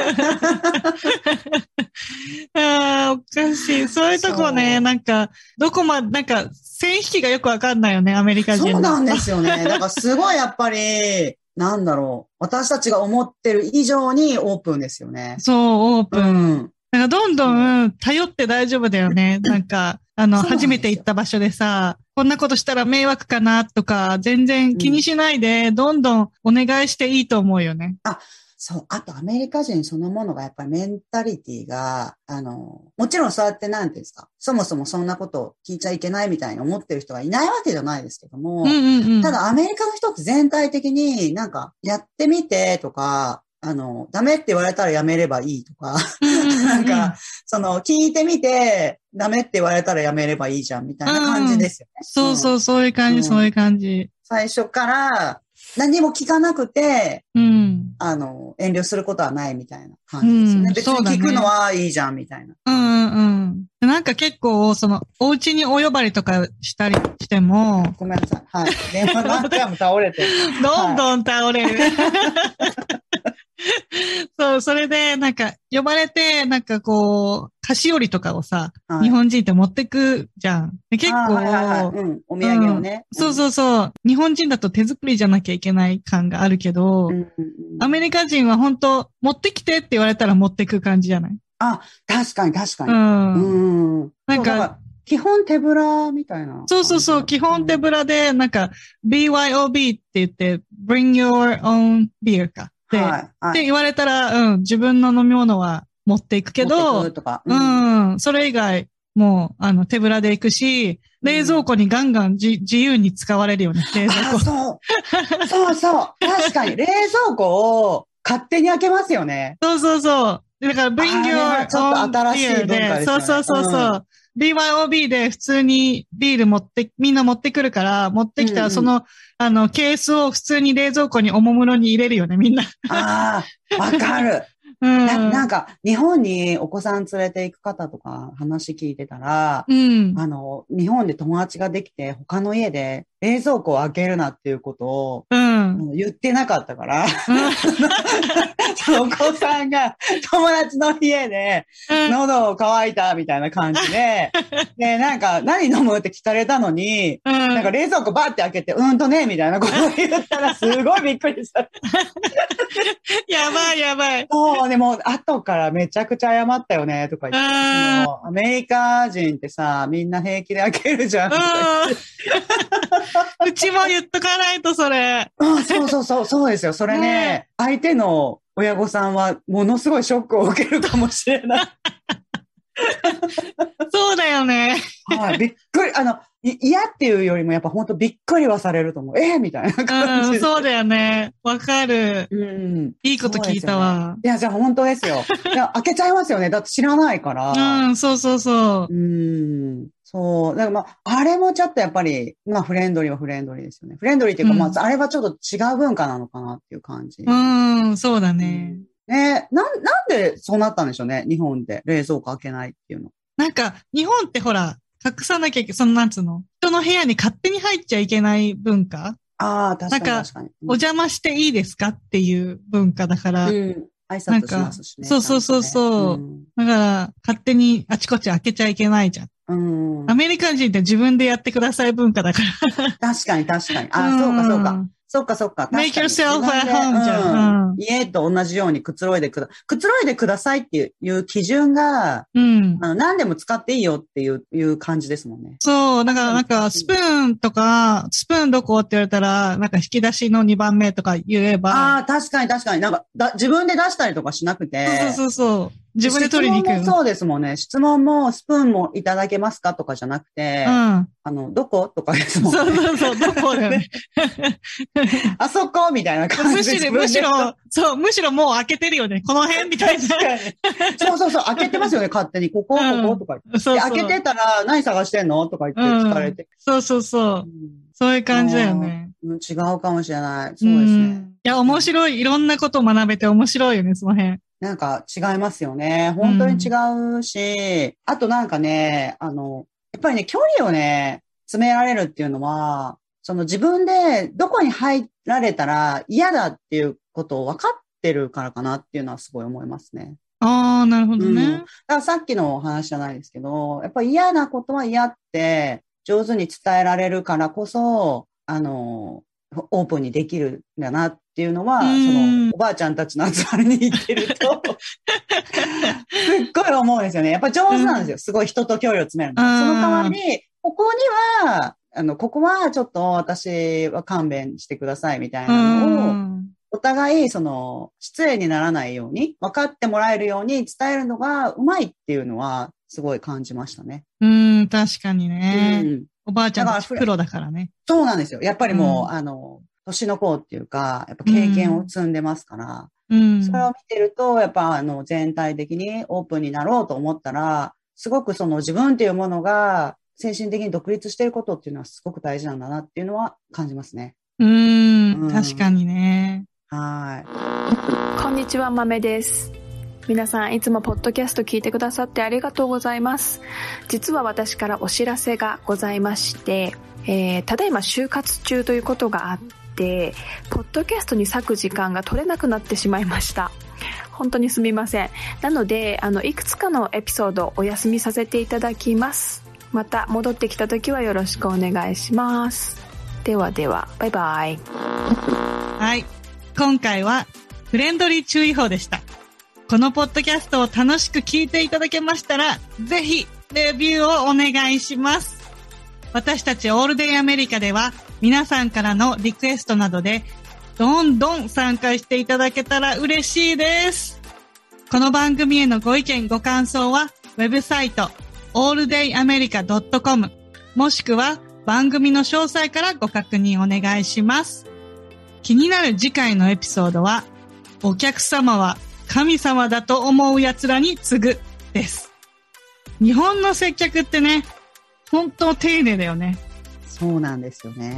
[SPEAKER 2] ああ、おかしい。そういうとこね、なんか、どこまで、なんか、線引きがよくわかんないよね、アメリカ人。
[SPEAKER 3] そうなんですよね。だからすごいやっぱり、なんだろう。私たちが思ってる以上にオープンですよね。
[SPEAKER 2] そう、オープン。うんなんかどんどん頼って大丈夫だよね。なんか、あの、初めて行った場所でさ、こんなことしたら迷惑かなとか、全然気にしないで、どんどんお願いしていいと思うよね。
[SPEAKER 3] あ、そう。あとアメリカ人そのものがやっぱりメンタリティが、あの、もちろんそうやってなんていうんですか、そもそもそんなことを聞いちゃいけないみたいに思ってる人がいないわけじゃないですけども、
[SPEAKER 2] うんうんうん、
[SPEAKER 3] ただアメリカの人って全体的になんかやってみてとか、あの、ダメって言われたらやめればいいとか、なんか、その、聞いてみて、ダメって言われたらやめればいいじゃん、みたいな感じですよね。
[SPEAKER 2] うん、そうそう、そういう感じ、うん、そういう感じ。
[SPEAKER 3] 最初から何も聞かなくて、
[SPEAKER 2] うん、
[SPEAKER 3] あの、遠慮することはないみたいな感じですよね。うん、別に聞くのはいいじゃん、みたいな。
[SPEAKER 2] うんうんうん。なんか結構、その、お家にお呼ばれとかしたりしても。
[SPEAKER 3] ごめんなさい。はい。電話何回も倒れてる。
[SPEAKER 2] どんどん倒れる。そう、それで、なんか、呼ばれて、なんかこう、菓子折りとかをさ、はい、日本人って持ってくじゃん。で結構、
[SPEAKER 3] はいはいはい、うん、お土産をね、
[SPEAKER 2] うん。そうそうそう。日本人だと手作りじゃなきゃいけない感があるけど、うんうんうん、アメリカ人は本当持ってきてって言われたら持ってく感じじゃない？
[SPEAKER 3] あ、確かに確かに。
[SPEAKER 2] うん。
[SPEAKER 3] うん、
[SPEAKER 2] なんか、
[SPEAKER 3] 基本手ぶらみたいな。
[SPEAKER 2] そうそうそう、基本手ぶらで、なんか、ビーワイオービー って言って、bring your own beer か。で、
[SPEAKER 3] はいはい、
[SPEAKER 2] って言われたら、うん、自分の飲み物は持っていくけど、
[SPEAKER 3] 持っていくとか、
[SPEAKER 2] うん、うん、それ以外、もう、あの、手ぶらで行くし、冷蔵庫にガンガンじ、自由に使われるよね、冷蔵庫。
[SPEAKER 3] あ、そう。そうそう。確かに、冷蔵庫を勝手に開けますよね。
[SPEAKER 2] そうそうそう。だから、bring your
[SPEAKER 3] ちょっと新しい文化ですよね。
[SPEAKER 2] そうそうそうそう。うん、ビーワイオービー で普通にビール持って、みんな持ってくるから、持ってきたらその、うんうん、あの、ケースを普通に冷蔵庫におもむろに入れるよね、みんな。
[SPEAKER 3] ああ、わかる。うん、な, なんか、日本にお子さん連れて行く方とか話聞いてたら、うん、あの、日本で友達ができて他の家で冷蔵庫を開けるなっていうことを、うん、言ってなかったから、うん、そのお子さんが友達の家で喉乾いたみたいな感じで、で、なんか何飲むって聞かれたのに、うん、なんか冷蔵庫バーって開けて、うんとね、みたいなことを言ったらすごいびっくりした。
[SPEAKER 2] やばいやばい。
[SPEAKER 3] そう、でも後からめちゃくちゃ謝ったよね、とか言って。そのアメリカ人ってさ、みんな平気で開けるじゃん。
[SPEAKER 2] うちも言っとかないと、それ。
[SPEAKER 3] あ、そうそうそう、そうですよ。それね、ね、相手の親御さんはものすごいショックを受けるかもしれない。
[SPEAKER 2] そうだよね。
[SPEAKER 3] はい、びっくり、あの、嫌っていうよりもやっぱ本当びっくりはされると思う。えー、みたいな感じで、
[SPEAKER 2] うん。そうだよね。わかる。うん。いいこと聞いたわ。
[SPEAKER 3] ね、いや、じゃあ本当ですよ。いや、開けちゃいますよね。だって知らないから。
[SPEAKER 2] うん、そうそうそう。
[SPEAKER 3] うん。そう。だからまあ、あれもちょっとやっぱり、まあフレンドリーはフレンドリーですよね。フレンドリーっていうか、うん、まあ、あれはちょっと違う文化なのかなっていう感じ。
[SPEAKER 2] うん、そうだね。
[SPEAKER 3] うん、ね、な、なんでそうなったんでしょうね。日本で冷蔵庫開けないっていうの。
[SPEAKER 2] なんか、日本ってほら、隠さなきゃいけない、そのなんつうの、人の部屋に勝手に入っちゃいけない文化？
[SPEAKER 3] ああ、確かに確かに。
[SPEAKER 2] なんか、お邪魔していいですかっていう文化だから。
[SPEAKER 3] うん。挨拶しますしね。
[SPEAKER 2] そうそうそうそう、ね。うん、だから、勝手にあちこち開けちゃいけないじゃん。うん。アメリカ人って自分でやってください文化だから。
[SPEAKER 3] 確かに確かに。あ、うん、そうかそうか。そっかそっか。
[SPEAKER 2] make yourself at home じゃん、
[SPEAKER 3] うん。家と同じようにくつろいでくだ、くつろいでくださいっていう基準が、うん、あの何でも使っていいよっていう、いう感じですもんね。
[SPEAKER 2] そう、だからなんかスプーンとか、スプーンどこって言われたら、なんか引き出しのにばんめとか言えば。
[SPEAKER 3] ああ、確かに確かに。なんかだ、自分で出したりとかしなくて。
[SPEAKER 2] そうそうそう。自分で取りに行く。
[SPEAKER 3] 質問もそうですもんね。質問もスプーンもいただけますかとかじゃなくて、うん、あの、どことかですもんね。
[SPEAKER 2] そうそうそう、どこだよね。
[SPEAKER 3] あそこみたいな感じで。
[SPEAKER 2] むしろ、むしろ、そう、むしろもう開けてるよね。この辺みたいな。
[SPEAKER 3] そうそうそう、開けてますよね、勝手に。ここ、ここ、とか言って。うん、そうそう。開けてたら、何探してんのとか言って聞かれて。うん、
[SPEAKER 2] そうそうそう。うん、そういう感じだよね。
[SPEAKER 3] 違うかもしれない。そうですね。
[SPEAKER 2] いや、面白い。いろんなことを学べて面白いよね、その辺。
[SPEAKER 3] なんか違いますよね。本当に違うし、うん、あとなんかね、あの、やっぱりね、距離をね、詰められるっていうのは、その自分でどこに入られたら嫌だっていうことを分かってるからかなっていうのはすごい思いますね。
[SPEAKER 2] ああ、なるほどね。うん。だ
[SPEAKER 3] からさっきのお話じゃないですけど、やっぱり嫌なことは嫌って上手に伝えられるからこそ、あの、オープンにできるんだなっていうのは、そのおばあちゃんたちの集まりに行ってると、すっごい思うんですよね。やっぱ上手なんですよ。すごい人と距離を詰めるの。その代わり、ここには、あの、ここはちょっと私は勘弁してくださいみたいなのを、お互い、その、失礼にならないように、分かってもらえるように伝えるのがうまいっていうのは、すごい感じましたね。
[SPEAKER 2] うん、確かにね。うん、おばあちゃんたちプロだからね。
[SPEAKER 3] そうなんですよ。やっぱりもう、うん、あの、年の子っていうか、やっぱ経験を積んでますから、うん、それを見てると、やっぱあの、全体的にオープンになろうと思ったら、すごくその自分っていうものが、精神的に独立していることっていうのはすごく大事なんだなっていうのは感じますね。
[SPEAKER 2] うーん、うん、確かにね。
[SPEAKER 3] はい。
[SPEAKER 4] こんにちは、豆です。皆さんいつもポッドキャスト聞いてくださってありがとうございます。実は私からお知らせがございまして、えー、ただいま就活中ということがあって、ポッドキャストに割く時間が取れなくなってしまいました。本当にすみません。なので、あの、いくつかのエピソードお休みさせていただきます。また戻ってきた時はよろしくお願いします。ではでは、バイバイ。
[SPEAKER 2] はい。今回はフレンドリー注意報でした。このポッドキャストを楽しく聞いていただけましたら、ぜひレビューをお願いします。私たちオールデイアメリカでは皆さんからのリクエストなどでどんどん参加していただけたら嬉しいです。この番組へのご意見ご感想はウェブサイト オールデイアメリカドットコム もしくは番組の詳細からご確認お願いします。気になる次回のエピソードはお客様は神様だと思う奴らに次ぐです。日本の接客ってね、本当丁寧だよね。
[SPEAKER 3] そうなんですよね。
[SPEAKER 2] うん。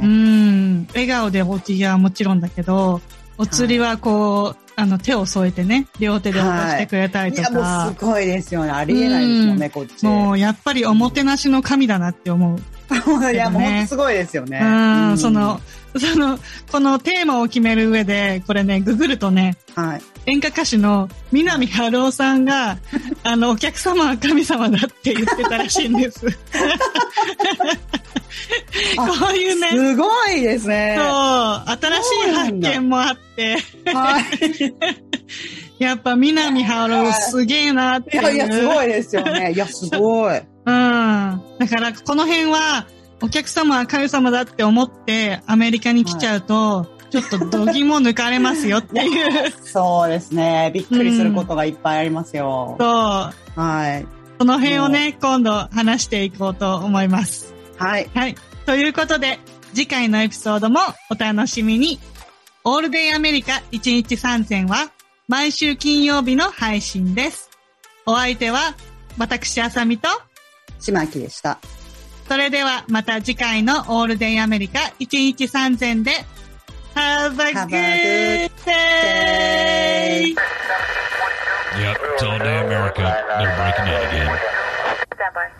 [SPEAKER 2] 笑顔でお辞儀はもちろんだけど、お釣りはこう、はい、あの手を添えてね、両手で渡してくれたりとか。
[SPEAKER 3] はい、いやもうすごいですよね。ありえないですもんね、こっち。
[SPEAKER 2] もうやっぱりおもてなしの神だなって思う。
[SPEAKER 3] いや、もう本当すごいですよね。
[SPEAKER 2] うん、うん、その、その、このテーマを決める上で、これね、ググるとね、はい、演歌歌手の南春夫さんが、あの、お客様は神様だって言ってたらしいんです。こういうね。
[SPEAKER 3] すごいですね。
[SPEAKER 2] そう、新しい発見もあって、はい、やっぱ南春夫すげえなっていう。い
[SPEAKER 3] やいや、すごいですよね。いや、すごい。
[SPEAKER 2] うん。だから、この辺は、お客様は神様だって思って、アメリカに来ちゃうと、はい、ちょっと度肝抜かれますよっていう。
[SPEAKER 3] そうですね。びっくりすることがいっぱいありますよ。
[SPEAKER 2] うん、そう。
[SPEAKER 3] はい。
[SPEAKER 2] その辺をね、今度話していこうと思います。
[SPEAKER 3] はい。
[SPEAKER 2] はい。ということで、次回のエピソードもお楽しみに。オールデイアメリカいちにちさんぜんは、毎週金曜日の配信です。お相手は、私、あさみと、
[SPEAKER 3] ちまきでした。
[SPEAKER 2] それではまた次回のオールデイアメリカいちにちさんぜんで Have a good day!
[SPEAKER 1] Yep, it's all day America. They're breaking in again.
[SPEAKER 5] Stand by.